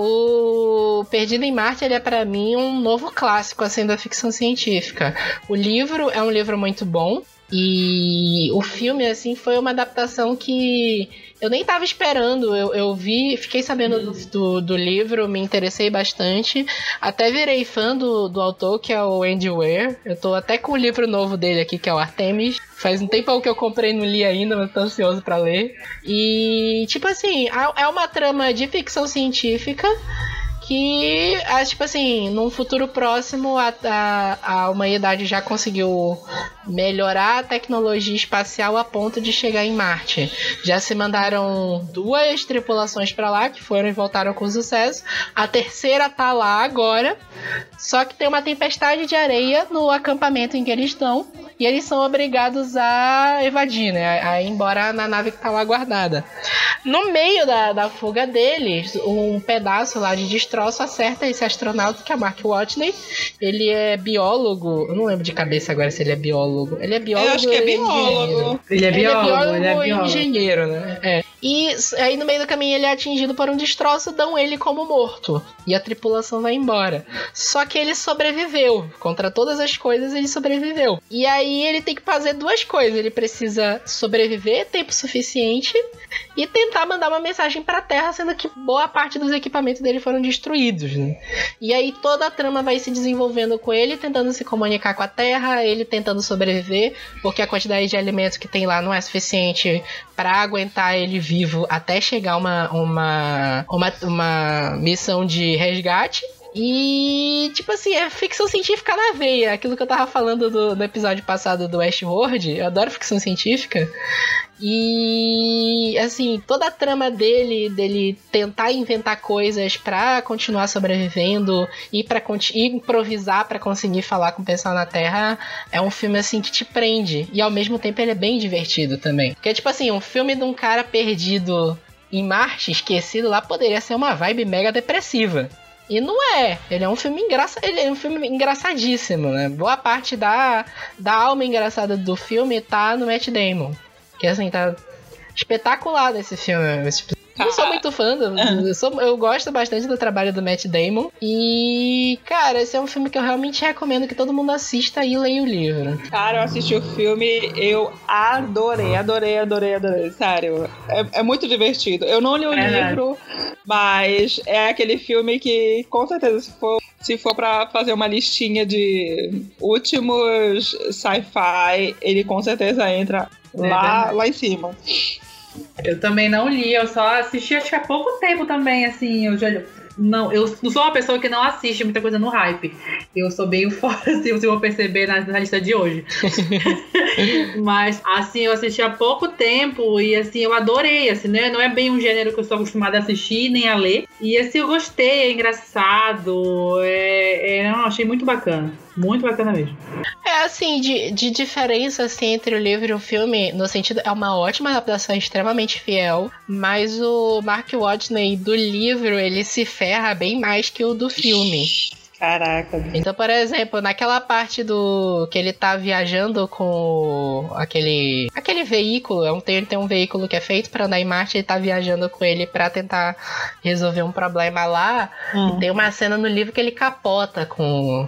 o Perdido em Marte, ele é para mim um novo clássico assim, da ficção científica. O livro é um livro muito bom. E o filme, assim, foi uma adaptação que eu nem tava esperando. Eu, eu vi, fiquei sabendo do, do, do livro, me interessei bastante. Até virei fã do, do autor, que é o Andy Weir. Eu tô até com o livro novo dele aqui, que é o Artemis. Faz um tempão que eu comprei e não li ainda, mas tô ansioso pra ler. E, tipo assim, é uma trama de ficção científica que, tipo assim, num futuro próximo a, a, a humanidade já conseguiu melhorar a tecnologia espacial a ponto de chegar em Marte. Já se mandaram duas tripulações pra lá, que foram e voltaram com sucesso. A terceira tá lá agora, só que tem uma tempestade de areia no acampamento em que eles estão, e eles são obrigados a evadir, né, a ir embora na nave que tá lá guardada. No meio da, da fuga deles, um pedaço lá de destroço acerta esse astronauta, que é Mark Watney. Ele é biólogo, eu não lembro de cabeça agora se ele é biólogo. Ele é biólogo. Eu acho que é biólogo. Ele é biólogo, ele é biólogo, ele é biólogo. E engenheiro, né? É. E aí no meio do caminho ele é atingido por um destroço, dão ele como morto. E a tripulação vai embora. Só que ele sobreviveu. Contra todas as coisas, ele sobreviveu. E aí ele tem que fazer duas coisas. Ele precisa sobreviver tempo suficiente e tentar mandar uma mensagem pra Terra, sendo que boa parte dos equipamentos dele foram destruídos, né? E aí toda a trama vai se desenvolvendo com ele tentando se comunicar com a Terra, ele tentando sobreviver, porque a quantidade de alimentos que tem lá não é suficiente pra aguentar ele vivo até chegar uma, uma, uma, uma missão de resgate. E, tipo assim, é ficção científica na veia. Aquilo que eu tava falando do, no episódio passado do Westworld. Eu adoro ficção científica. E, assim, toda a trama dele, dele tentar inventar coisas pra continuar sobrevivendo e pra e improvisar pra conseguir falar com o pessoal na Terra, é um filme, assim, que te prende. E, ao mesmo tempo, ele é bem divertido também. Porque, tipo assim, um filme de um cara perdido em Marte, esquecido lá, poderia ser uma vibe mega depressiva. E não é, ele é um filme engraça... ele é um filme engraçadíssimo, né? Boa parte da, da alma engraçada do filme tá no Matt Damon. Que assim, tá espetacular nesse filme. Eu não sou muito fã, do, eu, sou, eu gosto bastante do trabalho do Matt Damon. E, cara, esse é um filme que eu realmente recomendo que todo mundo assista e leia o livro. Cara, eu assisti o filme, eu adorei, adorei, adorei, adorei. Sério, é, é muito divertido. Eu não li o é livro, mas é aquele filme que, com certeza, se for, se for pra fazer uma listinha de últimos sci-fi, ele com certeza entra é lá, lá em cima. Eu também não li, eu só assisti acho que há pouco tempo também, assim, eu já... Não, eu não sou uma pessoa que não assiste muita coisa no hype. Eu sou bem fora, se você for perceber na, na lista de hoje. Mas, assim, eu assisti há pouco tempo e, assim, eu adorei, assim, né? Não é bem um gênero que eu sou acostumada a assistir nem a ler. E, assim, eu gostei, é engraçado, é, é, não, achei muito bacana. Muito bacana mesmo. É, assim, de, de diferença, assim, entre o livro e o filme, no sentido, é uma ótima adaptação, extremamente fiel, mas o Mark Watney do livro, ele se ferra bem mais que o do filme. Caraca. Então, por exemplo, naquela parte do que ele tá viajando com aquele aquele veículo, é um, tem, tem um veículo que é feito pra andar em Marte, ele tá viajando com ele pra tentar resolver um problema lá, hum. E tem uma cena no livro que ele capota com...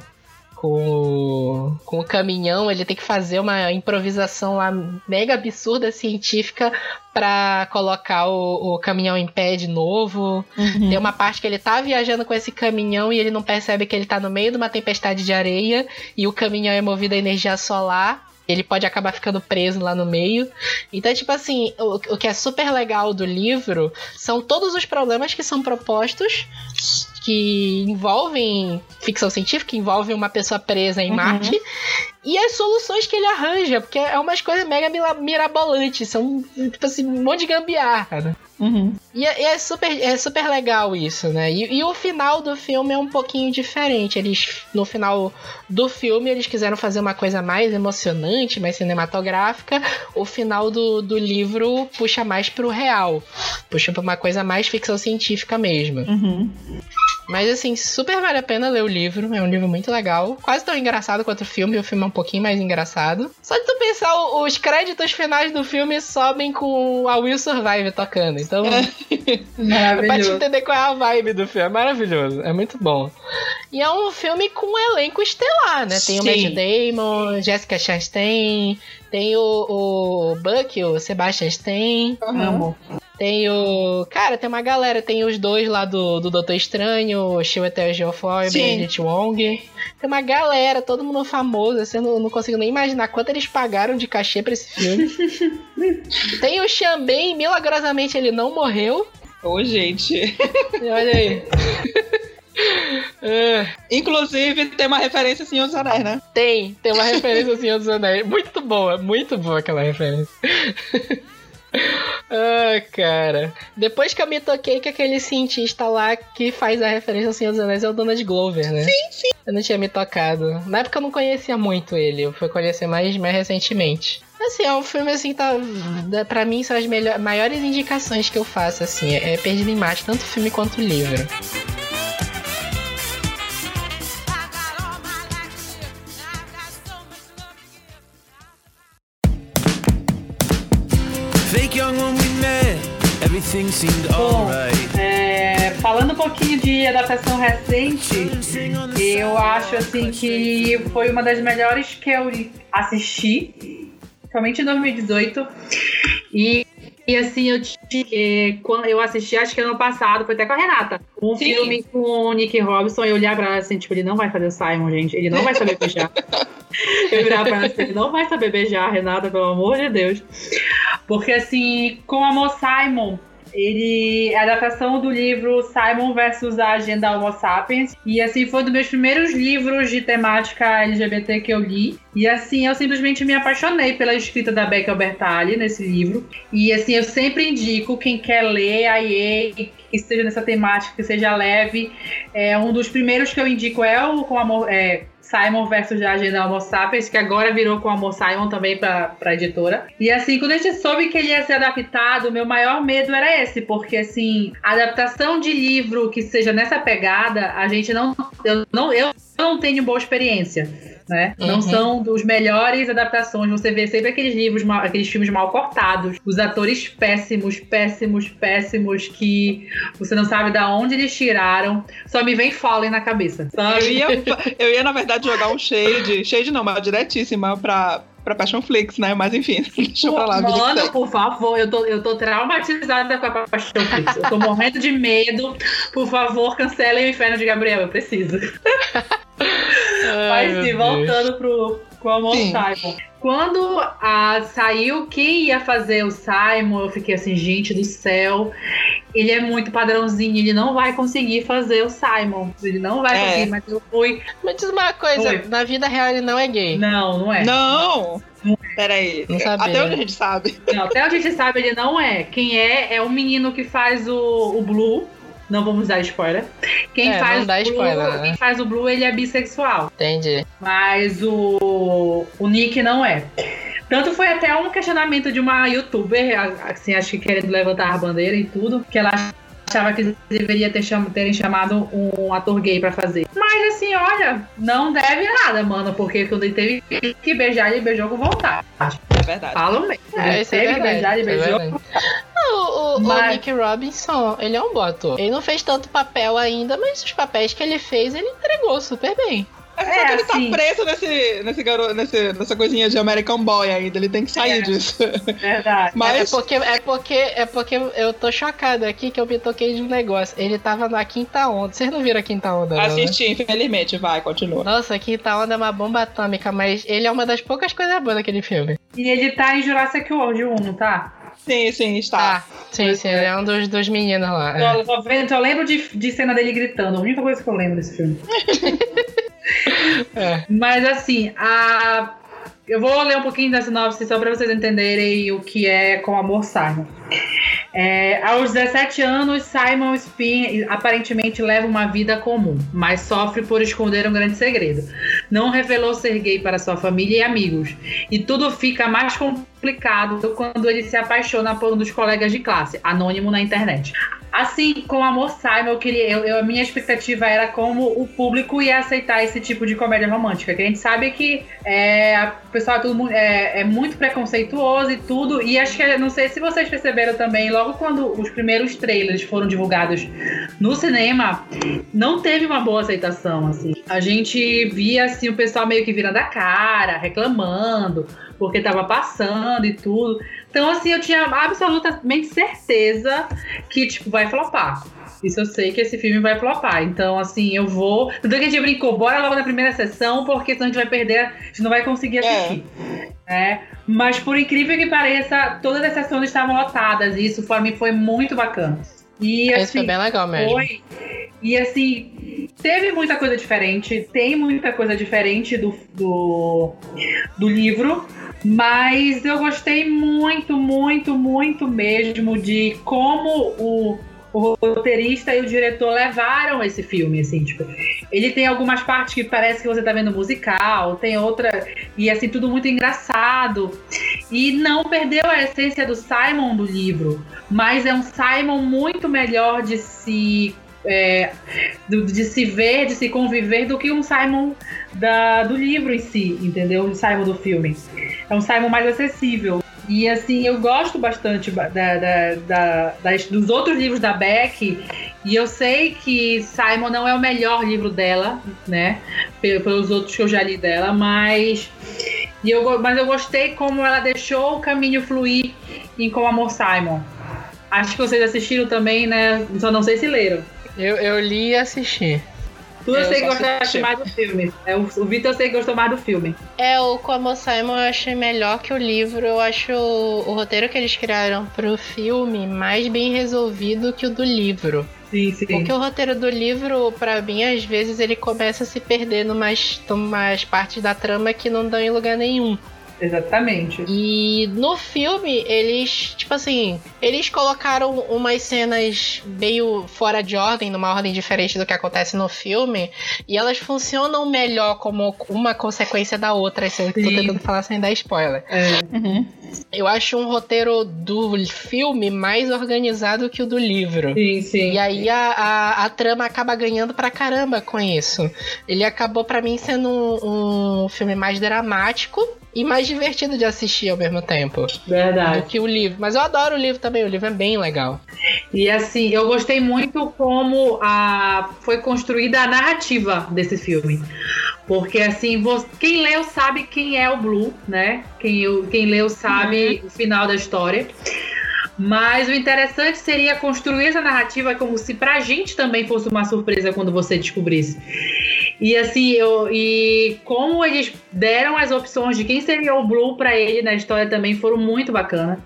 Com, com o caminhão, ele tem que fazer uma improvisação lá mega absurda científica pra colocar o, o caminhão em pé de novo. Uhum. Tem uma parte que ele tá viajando com esse caminhão e ele não percebe que ele tá no meio de uma tempestade de areia e o caminhão é movido a energia solar. ele pode acabar ficando preso lá no meio. Então, tipo assim, o, o que é super legal do livro são todos os problemas que são propostos, que envolvem ficção científica, que envolvem uma pessoa presa em uhum. Marte, e as soluções que ele arranja, porque é umas coisas mega mirabolantes, são tipo assim, um monte de gambiarra, né? Uhum. E, é, e é, super, é super legal isso, né? E, e o final do filme é um pouquinho diferente. Eles, no final do filme, eles quiseram fazer uma coisa mais emocionante, mais cinematográfica. O final do, do livro puxa mais pro real. Puxa pra uma coisa mais ficção científica mesmo. Uhum. Mas assim, super vale a pena ler o livro. É um livro muito legal. Quase tão engraçado quanto o filme. O filme é um pouquinho mais engraçado. Só de tu pensar, os créditos finais do filme sobem com a Will Survive tocando. Então, é pra te entender qual é a vibe do filme. É maravilhoso. É muito bom. E é um filme com um elenco estelar, né? Tem Sim. o Matt Damon, Jessica Chastain, tem o, o Buck, o Sebastian Stan. Amo. Tem o... Cara, tem uma galera. Tem os dois lá do, do Doutor Estranho, o Chiwetel Ejiofor e o Benedict Wong. Tem uma galera, todo mundo famoso. Assim, eu não, não consigo nem imaginar quanto eles pagaram de cachê pra esse filme. Tem o Sean Bean, milagrosamente ele não morreu. Ô, gente. Olha aí. É. Inclusive, tem uma referência ao Senhor dos Anéis, né? Tem, tem uma referência ao Senhor dos Anéis. Muito boa, muito boa aquela referência. Ah, cara. Depois que eu me toquei que aquele cientista lá que faz a referência ao Senhor dos Anéis é o Donald Glover, né? Sim, sim. Eu não tinha me tocado. Na época eu não conhecia muito ele. Eu fui conhecer mais, mais recentemente. Assim, é um filme assim, tá. Pra mim são as melhores, maiores indicações que eu faço, assim. É Perdido em Marte, tanto o filme quanto o livro. Bom, é, falando um pouquinho de adaptação recente, eu acho assim que foi uma das melhores que eu assisti, somente em dois mil e dezoito. E, e assim, eu, quando eu assisti, acho que ano passado, foi até com a Renata, um Sim. filme com o Nick Robinson. Eu olhava pra ela assim, tipo, ele não vai fazer o Simon, gente, ele não vai saber beijar. Eu virava pra ela assim, ele não vai saber beijar, Renata, pelo amor de Deus. Porque assim, com o Amor Simon, ele é a adaptação do livro Simon versus a Agenda Homo Sapiens. E assim, foi um dos meus primeiros livros de temática L G B T que eu li. E assim, eu simplesmente me apaixonei pela escrita da Becky Albertalli nesse livro. E assim, eu sempre indico quem quer ler a I A, que esteja nessa temática, que seja leve. É, um dos primeiros que eu indico é o Com Amor... É, Simon versus a Agenda Homo Sapiens, que agora virou Com Amor Simon também pra, pra editora. E assim, quando a gente soube que ele ia ser adaptado, o meu maior medo era esse, porque assim, a adaptação de livro que seja nessa pegada, a gente não... Eu não, eu não tenho boa experiência, né? Uhum. Não são dos melhores adaptações. Você vê sempre aqueles livros, mal, aqueles filmes mal cortados, os atores péssimos, péssimos, péssimos, que você não sabe de onde eles tiraram. Só me vem Fallen na cabeça, sabe? Eu ia, eu ia, na verdade, jogar um shade, shade não, mas diretíssima pra... pra Passion Flix, né? Mas enfim, deixa pra lá. Mano, por favor, eu tô, eu tô traumatizada com a Passion Flix. Eu tô morrendo de medo. Por favor, cancelem o Inferno de Gabriel, eu preciso. Ai, mas sim, voltando pro, pro Amor Simon. Quando ah, saiu quem ia fazer o Simon, eu fiquei assim, gente do céu. Ele é muito padrãozinho, ele não vai conseguir fazer o Simon. Ele não vai é. conseguir, mas eu fui. Mas diz uma coisa, Oi. na vida real ele não é gay. Não, não é. Não! Peraí, não sabia. Até onde a gente sabe. Não, até onde a gente sabe ele não é. Quem é, é o menino que faz o, o Blue. Não vamos dar spoiler. Quem, é, faz não dá Blue, spoiler, né? quem faz o Blue, ele é bissexual. Entendi. Mas o, o Nick não é. Tanto foi até um questionamento de uma youtuber, assim, acho que querendo levantar a bandeira e tudo, que ela achava que deveria ter cham- terem chamado um ator gay pra fazer. Mas assim, olha, não deve nada, mano, porque quando ele teve que beijar, ele beijou com vontade. É verdade. Falo mesmo. É, ele teve é que beijar, ele é beijou com vontade. O, o, mas... o Nick Robinson, ele é um bom ator. Ele não fez tanto papel ainda, mas os papéis que ele fez, ele entregou super bem. É só É, que ele assim- tá preso nesse, nesse garo, nesse, nessa coisinha de American Boy ainda. Ele tem que sair É. disso. Verdade. É Mas porque, é, porque, é porque eu tô chocado aqui que eu me toquei de um negócio. Ele tava na quinta onda. Vocês não viram a quinta onda, não, né? assisti, infelizmente. Vai, continua. Nossa, a quinta onda é uma bomba atômica, mas ele é uma das poucas coisas boas daquele filme. E ele tá em Jurassic World um, não tá? Sim, sim, está. Tá, sim, Pois sim, é. ele é um dos, dos meninos lá. é. Só, só, vendo- só lembro de, de cena dele gritando. A única coisa que eu lembro desse filme. É. Mas assim, a... eu vou ler um pouquinho da sinopse só pra vocês entenderem o que é Com Amor, Simon. É, aos dezessete anos, Simon Spin aparentemente leva uma vida comum, mas sofre por esconder um grande segredo. Não revelou ser gay para sua família e amigos, e tudo fica mais complicado quando ele se apaixona por um dos colegas de classe, anônimo na internet. Assim, Com Amor, Simon, eu queria, eu, eu- a minha expectativa era como o público ia aceitar esse tipo de comédia romântica, que a gente sabe que é, o pessoal é, tudo, mu- é, é muito preconceituoso e tudo, e acho que, não sei se vocês perceberam também, logo quando os primeiros trailers foram divulgados no cinema, não teve uma boa aceitação, assim. A gente via, assim, o pessoal meio que virando a cara, reclamando, porque tava passando e tudo. Então, assim, eu tinha absolutamente certeza que, tipo, vai flopar. Isso eu sei que esse filme vai flopar. Então, assim, eu vou... Tudo que a gente brincou, bora logo na primeira sessão, porque senão a gente vai perder, a gente não vai conseguir assistir. É. Mas, por incrível que pareça, todas as sessões estavam lotadas. E isso, pra mim, foi muito bacana. E, Esse assim, foi bem legal mesmo. foi. E assim, teve muita coisa diferente, tem muita coisa diferente do, do, do livro, mas eu gostei muito, muito, muito mesmo de como o, o roteirista e o diretor levaram esse filme, assim, tipo, ele tem algumas partes que parece que você tá vendo musical, tem outra, e assim, tudo muito engraçado, e não perdeu a essência do Simon do livro, mas é um Simon muito melhor de se É, do- de se ver, de se conviver, do que um Simon da, do livro em si, entendeu? O Simon do filme. É um Simon mais acessível. E assim, eu gosto bastante da, da, da, das- dos outros livros da Beck. E eu sei que Simon não é o melhor livro dela, né? Pel- Pelos outros que eu já li dela, mas, e eu, go- mas eu gostei como ela deixou o caminho fluir em Com Amor, Simon. Acho que vocês assistiram também, né? Só não sei se leram. Eu, eu li e assisti. Tu eu Eu sei que só gostaste assisti. mais do filme. É, o, o Vitor eu sei que gostou mais do filme. É, o Como Simon eu achei melhor que o livro. Eu acho o, o roteiro que eles criaram pro filme mais bem resolvido que o do livro. Sim, sim. Porque o roteiro do livro, pra mim, às vezes ele começa a se perder numas, numas partes da trama que não dão em lugar nenhum. Exatamente. E no filme, eles, tipo assim, eles colocaram umas cenas meio fora de ordem, numa ordem diferente do que acontece no filme, e elas funcionam melhor como uma consequência da outra. Isso eu tô Sim. tentando falar sem dar spoiler. É, Uhum. Eu acho um roteiro do filme mais organizado que o do livro. sim, sim. E aí a, a, a trama acaba ganhando pra caramba com isso. Ele acabou pra mim sendo um, um filme mais dramático e mais divertido de assistir ao mesmo tempo do Verdade. que o livro. Mas eu adoro o livro também, o livro é bem legal. E assim, eu gostei muito como a, foi construída a narrativa desse filme. Porque assim, você, quem leu sabe quem é o Blue, né? Quem, quem leu sabe o final da história. Mas o interessante seria construir essa narrativa como se pra gente também fosse uma surpresa quando você descobrisse. E assim, eu, e como eles deram as opções de quem seria o Blue pra ele na história também foram muito bacana.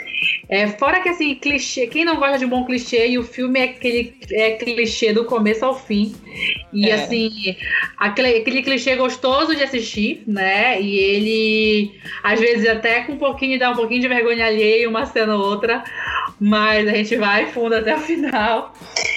É, fora que assim, clichê, quem não gosta de um bom clichê, e o filme é aquele é clichê do começo ao fim. E É. assim, aquele, aquele clichê gostoso de assistir, né? E ele, às vezes, até com um pouquinho, dá um pouquinho de vergonha alheia, uma cena ou outra, mas a gente vai fundo até o final.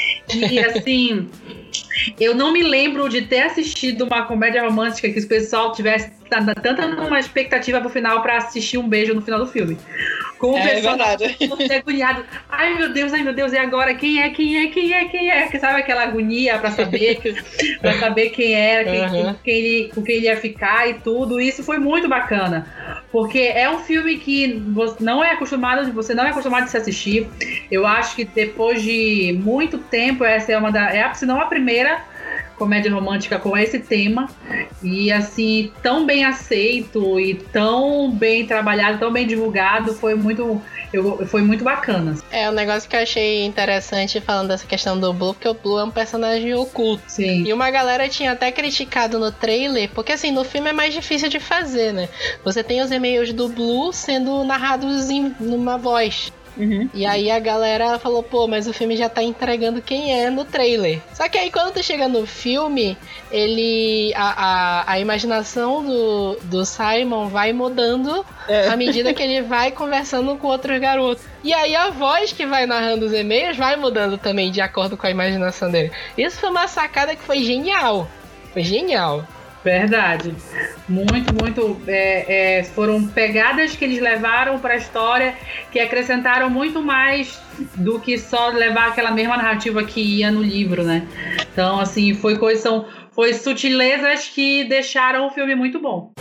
E assim, eu não me lembro de ter assistido uma comédia romântica que o pessoal tivesse tanta uma expectativa pro final pra assistir um beijo no final do filme. Com o É pessoal verdade. todo agoniado. Ai meu Deus, ai meu Deus, e agora? Quem é, quem é, quem é, quem é? Que sabe aquela agonia pra saber, que, pra saber quem era, quem, Uhum. com, quem ele, com quem ele ia ficar e tudo. Isso foi muito bacana. Porque é um filme que você não é acostumado, você não é acostumado a se assistir. Eu acho que depois de muito tempo, essa é uma da. É, se não a primeira comédia romântica com esse tema. E assim, tão bem aceito e tão bem trabalhado, tão bem divulgado, foi muito, eu, foi muito bacana. É, um negócio que eu achei interessante falando dessa questão do Blue, porque o Blue é um personagem oculto. Sim. E uma galera tinha até criticado no trailer, porque assim, no filme é mais difícil de fazer, né? Você tem os e-mails do Blue sendo narrados em numa voz. Uhum. E aí a galera falou, pô, mas o filme já tá entregando quem é no trailer. Só que aí quando tu chega no filme, ele. A, a, a imaginação do, do Simon vai mudando é. à medida que ele vai conversando com outros garotos. E aí a voz que vai narrando os e-mails vai mudando também de acordo com a imaginação dele. Isso foi uma sacada que foi genial. Foi genial. Verdade. Muito, muito. É, é, foram pegadas que eles levaram para a história que acrescentaram muito mais do que só levar aquela mesma narrativa que ia no livro, né? Então, assim, foi coisa, são, foi sutilezas que deixaram o filme muito bom.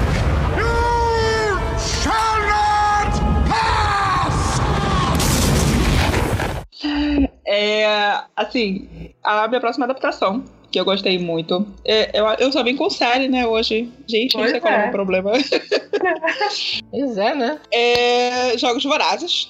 You shall not pass! É, assim, a minha próxima adaptação, que eu gostei muito. É, eu, eu só vim com série, né, hoje. Gente, Pois não sei é. qual é o problema. Pois é, né? É, Jogos Vorazes.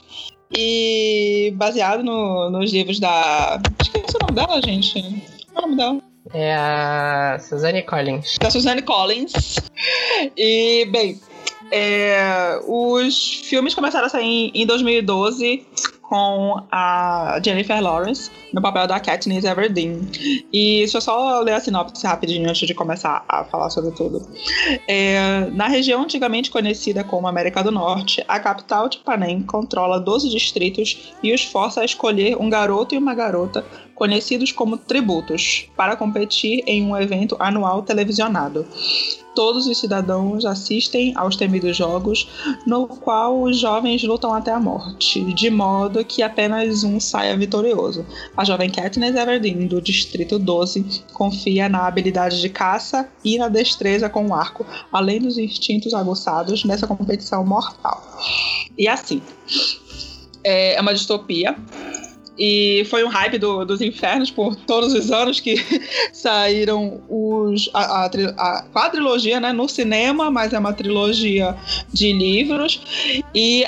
E baseado no, nos livros da... Esqueci o nome dela, gente. Qual é o nome dela? É a Suzanne Collins. Da Suzanne Collins. E, bem, é, os filmes começaram a sair em dois mil e doze com a Jennifer Lawrence no papel da Katniss Everdeen. E deixa eu só ler a sinopse rapidinho antes de começar a falar sobre tudo. É, na região antigamente conhecida como América do Norte, a capital de Panem controla doze distritos e os força a escolher um garoto e uma garota conhecidos como tributos, para competir em um evento anual televisionado. Todos os cidadãos assistem aos temidos jogos, no qual os jovens lutam até a morte, de modo que apenas um saia vitorioso. A jovem Katniss Everdeen, do Distrito doze, confia na habilidade de caça e na destreza com o arco, além dos instintos aguçados nessa competição mortal. E assim, é uma distopia. E foi um hype do, dos infernos por todos os anos que saíram os, a, a, a quadrilogia, né, no cinema, mas é uma trilogia de livros. E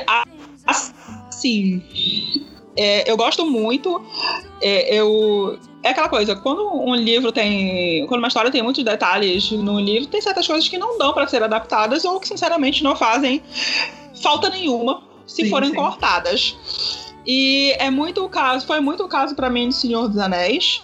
assim, é, eu gosto muito. É, eu, é aquela coisa, quando um livro tem. Quando uma história tem muitos detalhes no livro, tem certas coisas que não dão para ser adaptadas ou que sinceramente não fazem falta nenhuma se sim, forem sim. cortadas. E é muito o caso, foi muito o caso pra mim de Senhor dos Anéis,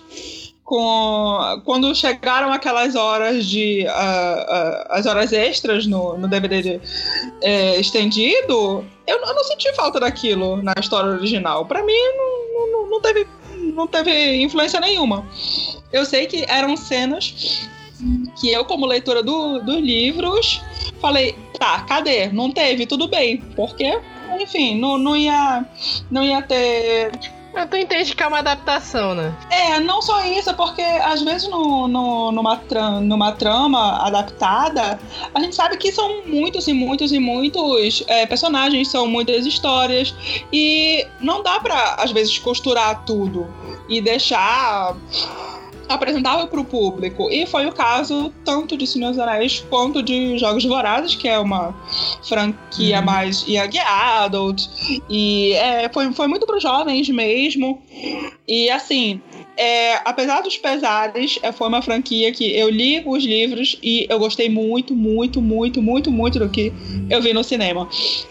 com, quando chegaram aquelas horas de uh, uh, as horas extras no, no D V D de, é, estendido, eu, eu não senti falta daquilo na história original. Pra mim não, não, não, teve, não teve influência nenhuma. Eu sei que eram cenas que eu, como leitora do, dos livros, falei, tá, cadê? Não teve, tudo bem, porque... Enfim, não, não, ia, não ia ter... Mas tu entende que é uma adaptação, né? É, não só isso, porque às vezes no, no, numa, tra- numa trama adaptada, a gente sabe que são muitos e muitos e muitos é, personagens, são muitas histórias, e não dá pra, às vezes, costurar tudo e deixar... apresentável para o público, e foi o caso tanto de Senhor dos Anéis quanto de Jogos Vorazes, que é uma franquia uhum. mais young adult, e é, foi, foi muito para os jovens mesmo, e assim, é, apesar dos pesares, é, foi uma franquia que eu li os livros e eu gostei muito, muito, muito, muito, muito do que eu vi no cinema.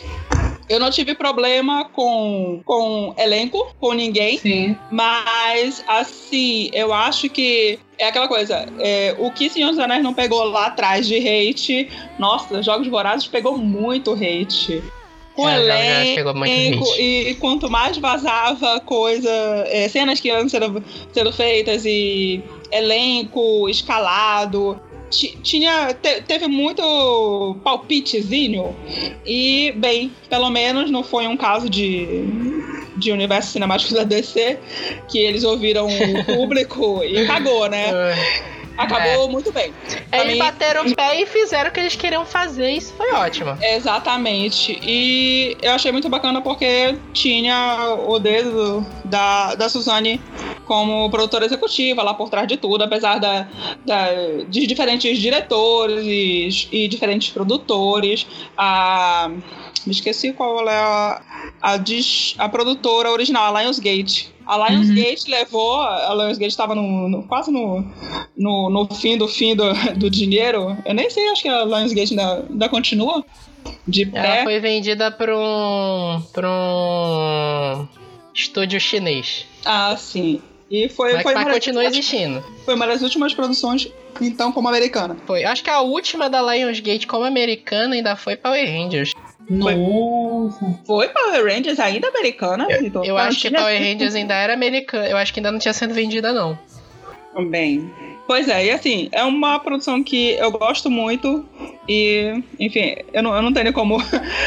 Eu não tive problema com, com elenco, com ninguém. Sim. Mas, assim, eu acho que é aquela coisa. É, o que Senhor dos Anéis não pegou lá atrás de hate, nossa, Jogos Vorazes pegou muito hate. Com é, elenco, pegou muito hate. E, e quanto mais vazava coisa, é, cenas que iam sendo, sendo feitas e elenco escalado... Tinha, te, teve muito palpitezinho e, bem, pelo menos não foi um caso de, de universo cinemático da D C que eles ouviram o público e cagou, né? Acabou é. muito bem. Eles mim, bateram o pé e fizeram o que eles queriam fazer, isso foi ótimo. Exatamente. E eu achei muito bacana porque tinha o dedo da, da Suzanne como produtora executiva lá por trás de tudo, apesar da, da, de diferentes diretores e, e diferentes produtores. A, me esqueci qual é a, a, a produtora original, a Lionsgate. A Lionsgate uhum. levou, a Lionsgate estava no, no, quase no, no, no fim do fim do, do dinheiro. Eu nem sei, acho que a Lionsgate ainda, ainda continua de pé. Ela foi vendida para um, para um estúdio chinês. Ah, sim. E foi, mas foi mas uma continua das, existindo. Foi uma das últimas produções, então, como americana. Foi. Acho que a última da Lionsgate como americana ainda foi Power Rangers. Nossa. Foi Power Rangers ainda americana? Eu, então, eu acho que Power Rangers ainda era americana. Eu acho que ainda não tinha sido vendida, não. Bem. Pois é, e assim, é uma produção que eu gosto muito e, enfim, eu não, eu não tenho como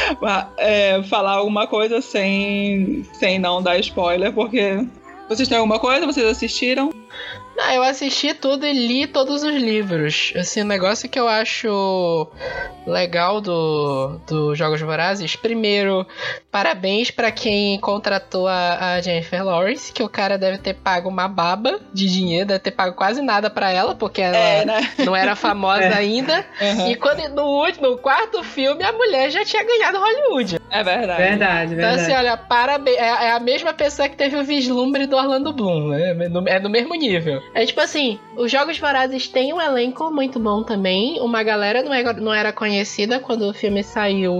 é, falar alguma coisa sem, sem não dar spoiler, porque vocês têm alguma coisa? Vocês assistiram? Não, eu assisti tudo e li todos os livros. Assim, o negócio que eu acho legal do, do Jogos Vorazes, primeiro, parabéns pra quem contratou a, a Jennifer Lawrence, que o cara deve ter pago uma baba de dinheiro, deve ter pago quase nada pra ela, porque ela é, né? não era famosa é. ainda. Uhum. E quando no, último, no quarto filme, a mulher já tinha ganhado Hollywood. É verdade. Verdade, então, verdade. assim, olha, parabéns. É, é a mesma pessoa que teve o vislumbre do Orlando Bloom, né? É no mesmo nível. É tipo assim, os Jogos Vorazes têm um elenco muito bom também. Uma galera não era, não era conhecida quando o filme saiu.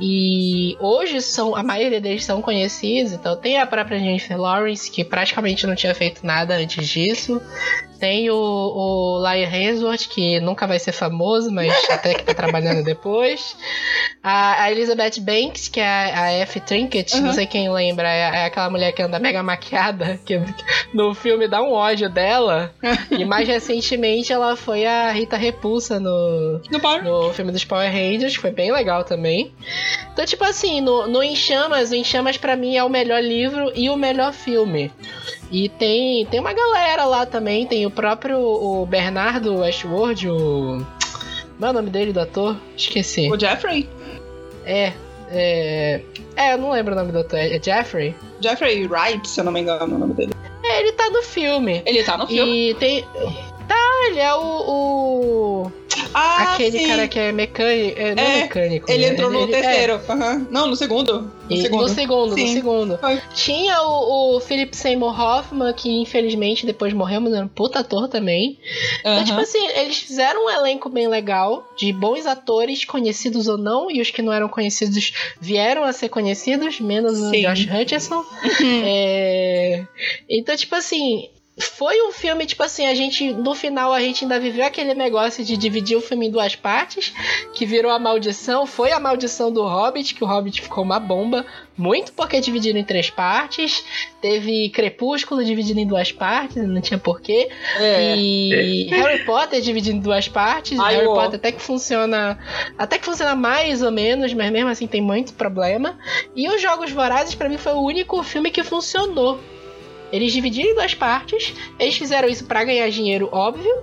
E hoje são, a maioria deles são conhecidos. Então tem a própria Jennifer Lawrence, que praticamente não tinha feito nada antes disso. Tem o, o Liam Hemsworth, que nunca vai ser famoso, mas até que tá trabalhando depois. A, a Elizabeth Banks, que é a, a F. Trinket, uhum. não sei quem lembra, é, é aquela mulher que anda mega maquiada, que no filme dá um ódio dela. E mais recentemente ela foi a Rita Repulsa no, no, no filme dos Power Rangers, que foi bem legal também. Então, tipo assim, no, no Em Chamas, o Em Chamas pra mim é o melhor livro e o melhor filme. E tem, tem uma galera lá também, tem o próprio o Bernardo Westworld, o... Qual é o nome dele do ator? Esqueci. O Jeffrey? É, é... É, eu não lembro o nome do ator, é Jeffrey? Jeffrey Wright, se eu não me engano o nome dele. É, ele tá no filme. Ele tá no filme? E tem... Tá, ele é o... o... Ah, aquele sim. cara que é mecânico. É, não é, é mecânico. Ele né? entrou no ele, terceiro. É. Uhum. Não, no segundo. No e, segundo. No segundo, sim. no segundo. Foi. Tinha o, o Philip Seymour Hoffman, que infelizmente depois morreu, mas era um puta ator também. Uhum. Então, tipo assim, eles fizeram um elenco bem legal, de bons atores, conhecidos ou não, e os que não eram conhecidos vieram a ser conhecidos, menos sim. o Josh Hutcherson. Uhum. É... Então, tipo assim... Foi um filme, tipo assim, a gente, no final a gente ainda viveu aquele negócio de dividir o filme em duas partes, que virou a maldição, foi a maldição do Hobbit, que o Hobbit ficou uma bomba, muito porque dividiram em três partes, teve Crepúsculo dividido em duas partes, não tinha porquê, é. e é. Harry Potter dividido em duas partes, Ai, Harry ó. Potter até que funciona, até que funciona mais ou menos, mas mesmo assim tem muito problema, e os Jogos Vorazes pra mim foi o único filme que funcionou. Eles dividiram em duas partes, eles fizeram isso pra ganhar dinheiro, óbvio,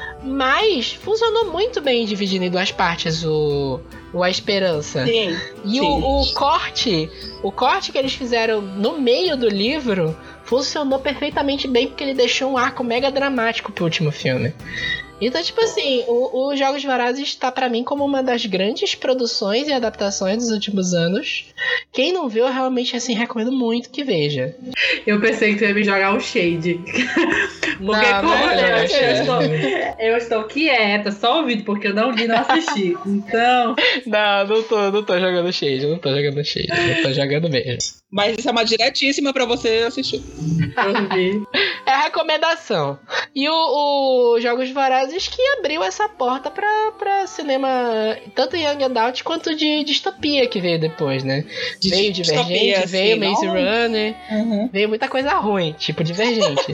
mas funcionou muito bem dividindo em duas partes o, o A Esperança. Sim, e sim. O, o corte, o corte que eles fizeram no meio do livro funcionou perfeitamente bem, porque ele deixou um arco mega dramático pro último filme. Então, tipo assim, o, o Jogos Vorazes está pra mim como uma das grandes produções e adaptações dos últimos anos. Quem não viu, eu realmente assim, recomendo muito que veja. Eu pensei que tu ia me jogar um shade. Porque não, como não eu, eu, estou, eu estou quieta, só ouvindo, porque eu não li, não assisti. Então... Não, não tô, não tô jogando shade, não tô jogando shade, não tô jogando mesmo. Mas isso é uma diretíssima pra você assistir. Eu vi. É a recomendação. E o, o Jogos Vorazes que abriu essa porta pra, pra cinema, tanto Young Adult quanto de distopia que veio depois, né? De veio Divergente, veio assim, Maze não? Runner, uhum. veio muita coisa ruim, tipo Divergente.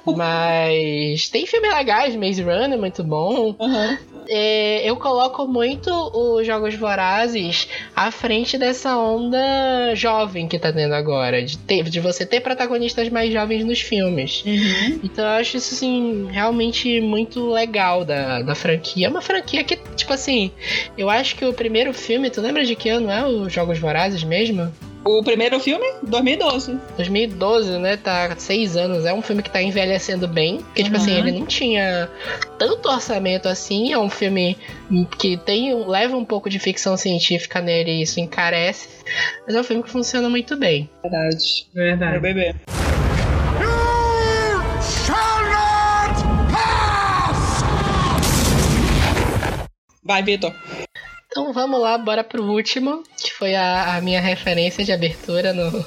Mas tem filmes legais, Maze Runner, muito bom. Uhum. É, eu coloco muito os Jogos Vorazes à frente dessa onda jovem que tá tendo agora, de, ter, de você ter protagonistas mais jovens nos filmes. Uhum. Então eu acho isso assim realmente muito legal da, da franquia. É uma franquia que, tipo assim, eu acho que o primeiro filme, tu lembra de que ano é os Jogos Vorazes mesmo? O primeiro filme, dois mil e doze. dois mil e doze, né? Tá seis anos. É um filme que tá envelhecendo bem. Porque, tipo Uhum. assim, ele não tinha tanto orçamento assim. É um filme que tem, leva um pouco de ficção científica nele e isso encarece. Mas é um filme que funciona muito bem. Verdade. Verdade. Meu bebê. You shall not pass! Vai, Vitor. Então vamos lá, bora pro último, que foi a, a minha referência de abertura no,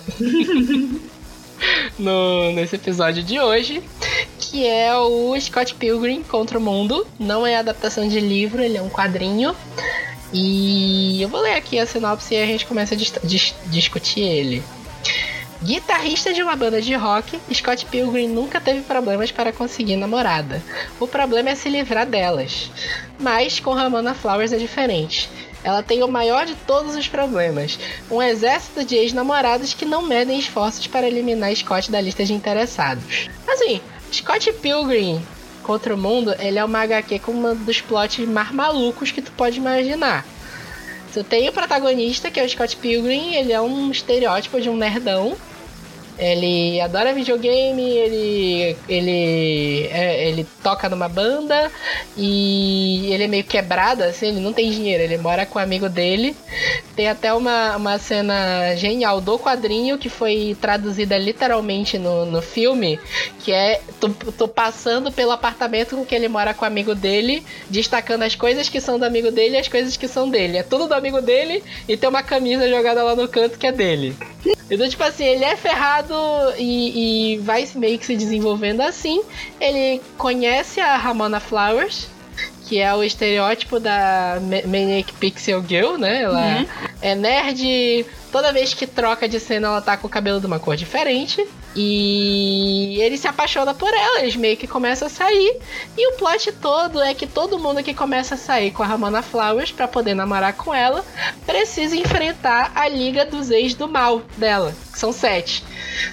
no nesse episódio de hoje, que é o Scott Pilgrim contra o Mundo. Não é adaptação de livro, ele é um quadrinho. E eu vou ler aqui a sinopse e a gente começa a dis- dis- discutir ele. Guitarrista de uma banda de rock, Scott Pilgrim nunca teve problemas para conseguir namorada. O problema é se livrar delas. Mas com Ramona Flowers é diferente. Ela tem o maior de todos os problemas: um exército de ex-namorados que não medem esforços para eliminar Scott da lista de interessados. Assim, Scott Pilgrim contra o Mundo, ele é uma agá quê com um dos plots mais malucos que tu pode imaginar. Tu tem o protagonista, que é o Scott Pilgrim, ele é um estereótipo de um nerdão. Ele adora videogame, ele, ele, é, ele toca numa banda e ele é meio quebrado, assim, ele não tem dinheiro, ele mora com um amigo dele. Tem até uma, uma cena genial do quadrinho que foi traduzida literalmente no, no filme, que é tô, tô passando pelo apartamento com que ele mora com o amigo dele, destacando as coisas que são do amigo dele e as coisas que são dele. É tudo do amigo dele e tem uma camisa jogada lá no canto que é dele. Então, tipo assim, ele é ferrado e, e vai meio que se desenvolvendo assim. Ele conhece a Ramona Flowers, que é o estereótipo da Maniac Pixie Girl, né? Ela uhum. é nerd, toda vez que troca de cena ela tá com o cabelo de uma cor diferente. E ele se apaixona por ela, eles meio que começam a sair. E o plot todo é que todo mundo que começa a sair com a Ramona Flowers pra poder namorar com ela precisa enfrentar a Liga dos Ex do Mal dela, que são sete.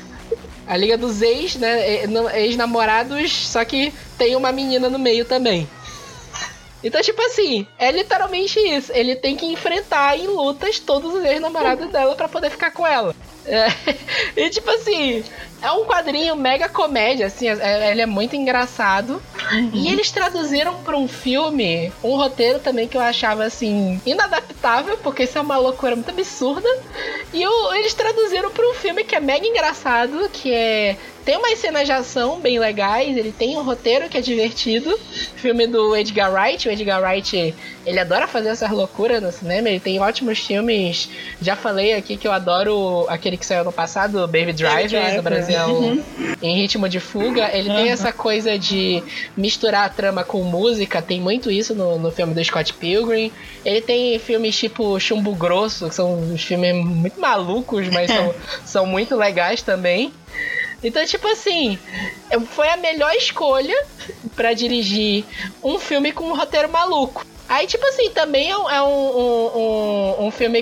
A Liga dos Ex, né, ex-namorados, só que tem uma menina no meio também. Então, tipo assim, é literalmente isso. Ele tem que enfrentar em lutas todos os ex-namorados dela pra poder ficar com ela. É, e tipo assim, é um quadrinho mega comédia, assim, é, ele é muito engraçado. Uhum. E eles traduziram pra um filme um roteiro também que eu achava, assim, inadaptável, porque isso é uma loucura muito absurda. E o, eles traduziram pra um filme que é mega engraçado, que é... Tem umas cenas de ação bem legais, ele tem um roteiro que é divertido. Filme do Edgar Wright. O Edgar Wright, ele adora fazer essas loucuras no cinema, ele tem ótimos filmes. Já falei aqui que eu adoro aquele que saiu no passado, Baby Driver, Driver. no Brasil, uhum. Em Ritmo de Fuga. Ele uhum. tem essa coisa de misturar a trama com música, tem muito isso no, no filme do Scott Pilgrim. Ele tem filmes tipo Chumbo Grosso, que são uns filmes muito malucos, mas são, são muito legais também. Então, tipo assim, foi a melhor escolha pra dirigir um filme com um roteiro maluco. Aí, tipo assim, também é um, é um, um, um filme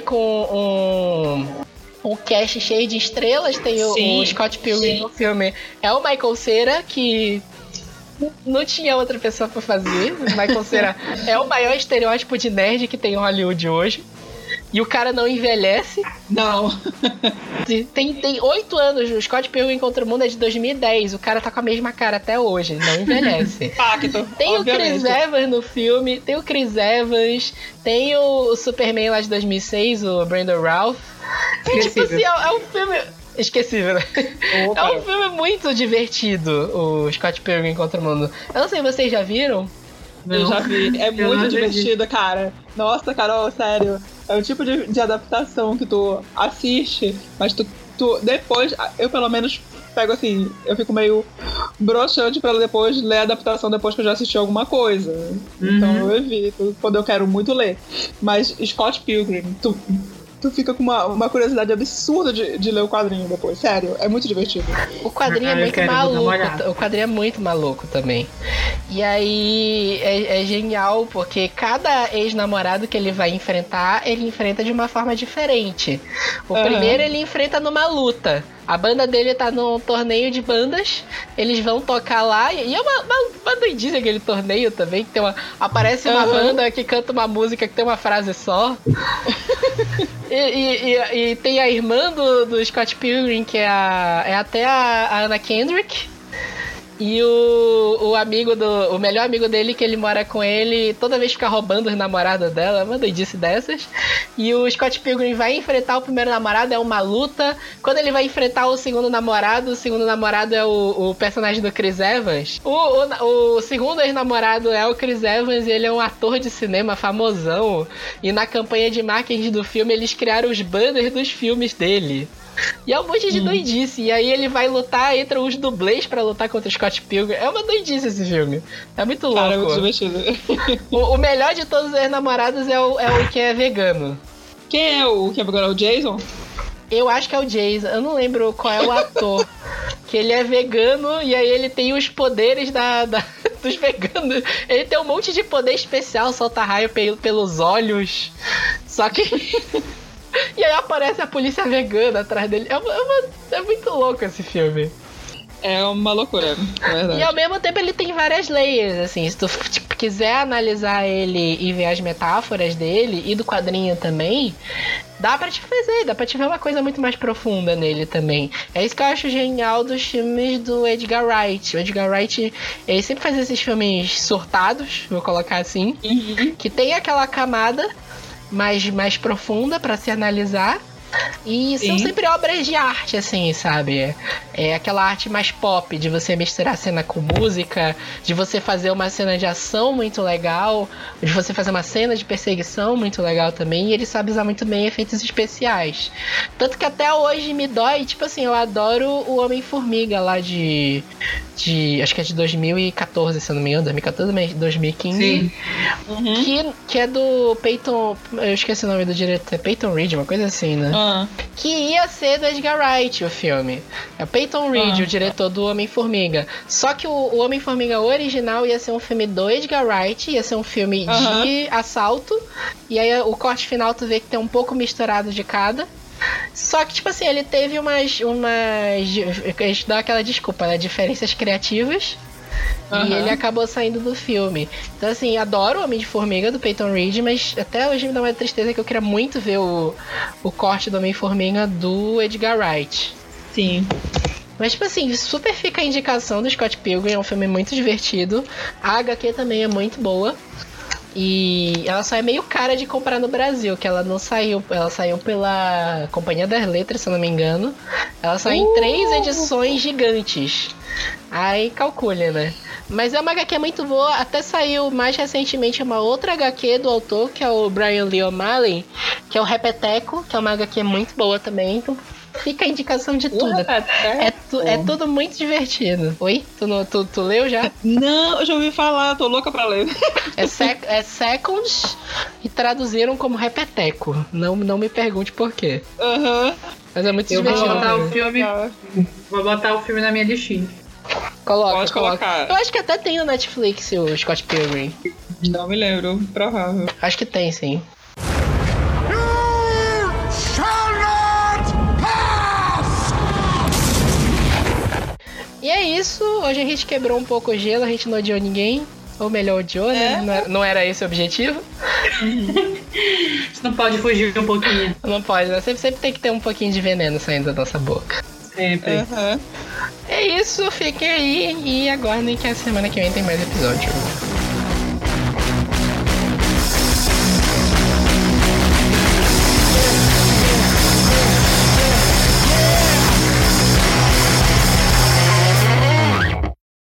com um, um cast cheio de estrelas. Tem o, o Scott Pilgrim sim. no filme. É o Michael Cera, que não tinha outra pessoa pra fazer. O Michael Cera é o maior estereótipo de nerd que tem em Hollywood hoje. E o cara não envelhece. Não. Tem, tem oito anos, o Scott Pilgrim contra o Mundo é de dois mil e dez. O cara tá com a mesma cara até hoje, ele não envelhece. Pacto, tem obviamente. o Chris Evans no filme, tem o Chris Evans, tem o, o Superman lá de dois mil e seis, o Brandon Routh. E, tipo assim, é, é um filme... Esquecível, né? Opa. É um filme muito divertido, o Scott Pilgrim contra o Mundo. Eu não sei, vocês já viram? Não. Eu já vi, é muito divertido, cara. Nossa, Carol, sério. É o tipo de, de adaptação que tu assiste, mas tu, tu depois, eu pelo menos pego assim, eu fico meio broxante pra depois ler a adaptação depois que eu já assisti alguma coisa. Uhum. Então eu evito, quando eu quero muito ler. Mas Scott Pilgrim, tu... tu fica com uma, uma curiosidade absurda de, de ler o quadrinho depois. Sério, é muito divertido. O quadrinho ah, é muito maluco. O quadrinho é muito maluco também. E aí é, é genial, porque cada ex-namorado que ele vai enfrentar, ele enfrenta de uma forma diferente. O uhum. primeiro ele enfrenta numa luta. A banda dele tá num torneio de bandas, eles vão tocar lá, e é uma, uma, uma doidice aquele torneio também, que tem uma, aparece uma uhum. banda que canta uma música que tem uma frase só. e, e, e, e tem a irmã do, do Scott Pilgrim, que é, a, é até a, a Anna Kendrick. E o, o amigo do. O melhor amigo dele, que ele mora com ele, toda vez fica roubando os namorados dela, uma doidice dessas. E o Scott Pilgrim vai enfrentar o primeiro namorado, é uma luta. Quando ele vai enfrentar o segundo namorado, o segundo namorado é o, o personagem do Chris Evans. O, o, o segundo ex-namorado é o Chris Evans, e ele é um ator de cinema famosão. E na campanha de marketing do filme, eles criaram os banners dos filmes dele. E é um monte de hum. doidice. E aí ele vai lutar, entra os dublês pra lutar contra o Scott Pilgrim. É uma doidice esse filme. É muito louco. Cara, é muito divertido. O, o melhor de todos os ex-namorados é o, é o que é vegano. Quem é o que é vegano? É o Jason? Eu acho que é o Jason. Eu não lembro qual é o ator. Que ele é vegano e aí ele tem os poderes da, da, dos veganos. Ele tem um monte de poder especial, solta raio pe- pelos olhos. Só que... E aí aparece a polícia vegana atrás dele. É, uma, é, uma, é muito louco esse filme. É uma loucura, é verdade. E ao mesmo tempo ele tem várias layers, assim. Se tu tipo, quiser analisar ele e ver as metáforas dele e do quadrinho também, dá pra te fazer, dá pra te ver uma coisa muito mais profunda nele também. É isso que eu acho genial dos filmes do Edgar Wright. O Edgar Wright, ele sempre faz esses filmes surtados, vou colocar assim, uhum. que tem aquela camada mais, mais profunda pra se analisar. E Sim. são sempre obras de arte, assim, sabe? É aquela arte mais pop, de você misturar cena com música, de você fazer uma cena de ação muito legal, de você fazer uma cena de perseguição muito legal também, e ele sabe usar muito bem efeitos especiais. Tanto que até hoje me dói, tipo assim, eu adoro o Homem-Formiga lá de... de acho que é de dois mil e catorze, se eu não me engano, dois mil e catorze, dois mil e quinze. Sim. Uhum. Que, que é do Peyton... Eu esqueci o nome do diretor, é Peyton Reed, uma coisa assim, né? Uhum. Que ia ser do Edgar Wright, o filme. É Peyton Reed, uhum. o diretor do Homem-Formiga. Só que o, o Homem-Formiga original ia ser um filme do Edgar Wright, ia ser um filme uhum. de assalto. E aí o corte final tu vê que tem um pouco misturado de cada. Só que, tipo assim, ele teve umas... umas a gente dá aquela desculpa, né? Diferenças criativas. Uhum. E ele acabou saindo do filme. Então, assim, adoro o Homem de Formiga do Peyton Reed, mas até hoje me dá uma tristeza que eu queria muito ver o, o corte do Homem-Formiga do Edgar Wright. Sim. Mas, tipo assim, super fica a indicação do Scott Pilgrim, é um filme muito divertido. A H Q também é muito boa. E ela só é meio cara de comprar no Brasil, que ela não saiu, ela saiu pela Companhia das Letras, se eu não me engano. Ela saiu uh! em três edições gigantes. Aí calcule, né? Mas é uma H Q muito boa. Até saiu mais recentemente uma outra H Q do autor, que é o Brian Lee O'Malley, que é o Repeteco, que é uma H Q muito boa também. Então fica a indicação de tudo. É, tu, é tudo muito divertido. Oi? Tu, não, tu, tu leu já? Não, eu já ouvi falar, tô louca pra ler. É, sec, é Seconds e traduziram como Repeteco. Não, não me pergunte por quê. Aham. Uhum. Mas é muito eu divertido. Vou botar, o filme, vou botar o filme na minha listinha. Coloca, Pode coloca. colocar. Eu acho que até tem no Netflix o Scott Pilgrim. Não me lembro, provável. Acho que tem, sim. E é isso, hoje a gente quebrou um pouco o gelo, a gente não odiou ninguém. Ou melhor, odiou, né? É. Não, era, não era esse o objetivo. Você não pode fugir um pouquinho. Não pode, né? Sempre, sempre tem que ter um pouquinho de veneno saindo da nossa boca. Sempre. Uhum. É isso, fiquem aí e aguardem que a semana que vem tem mais episódio.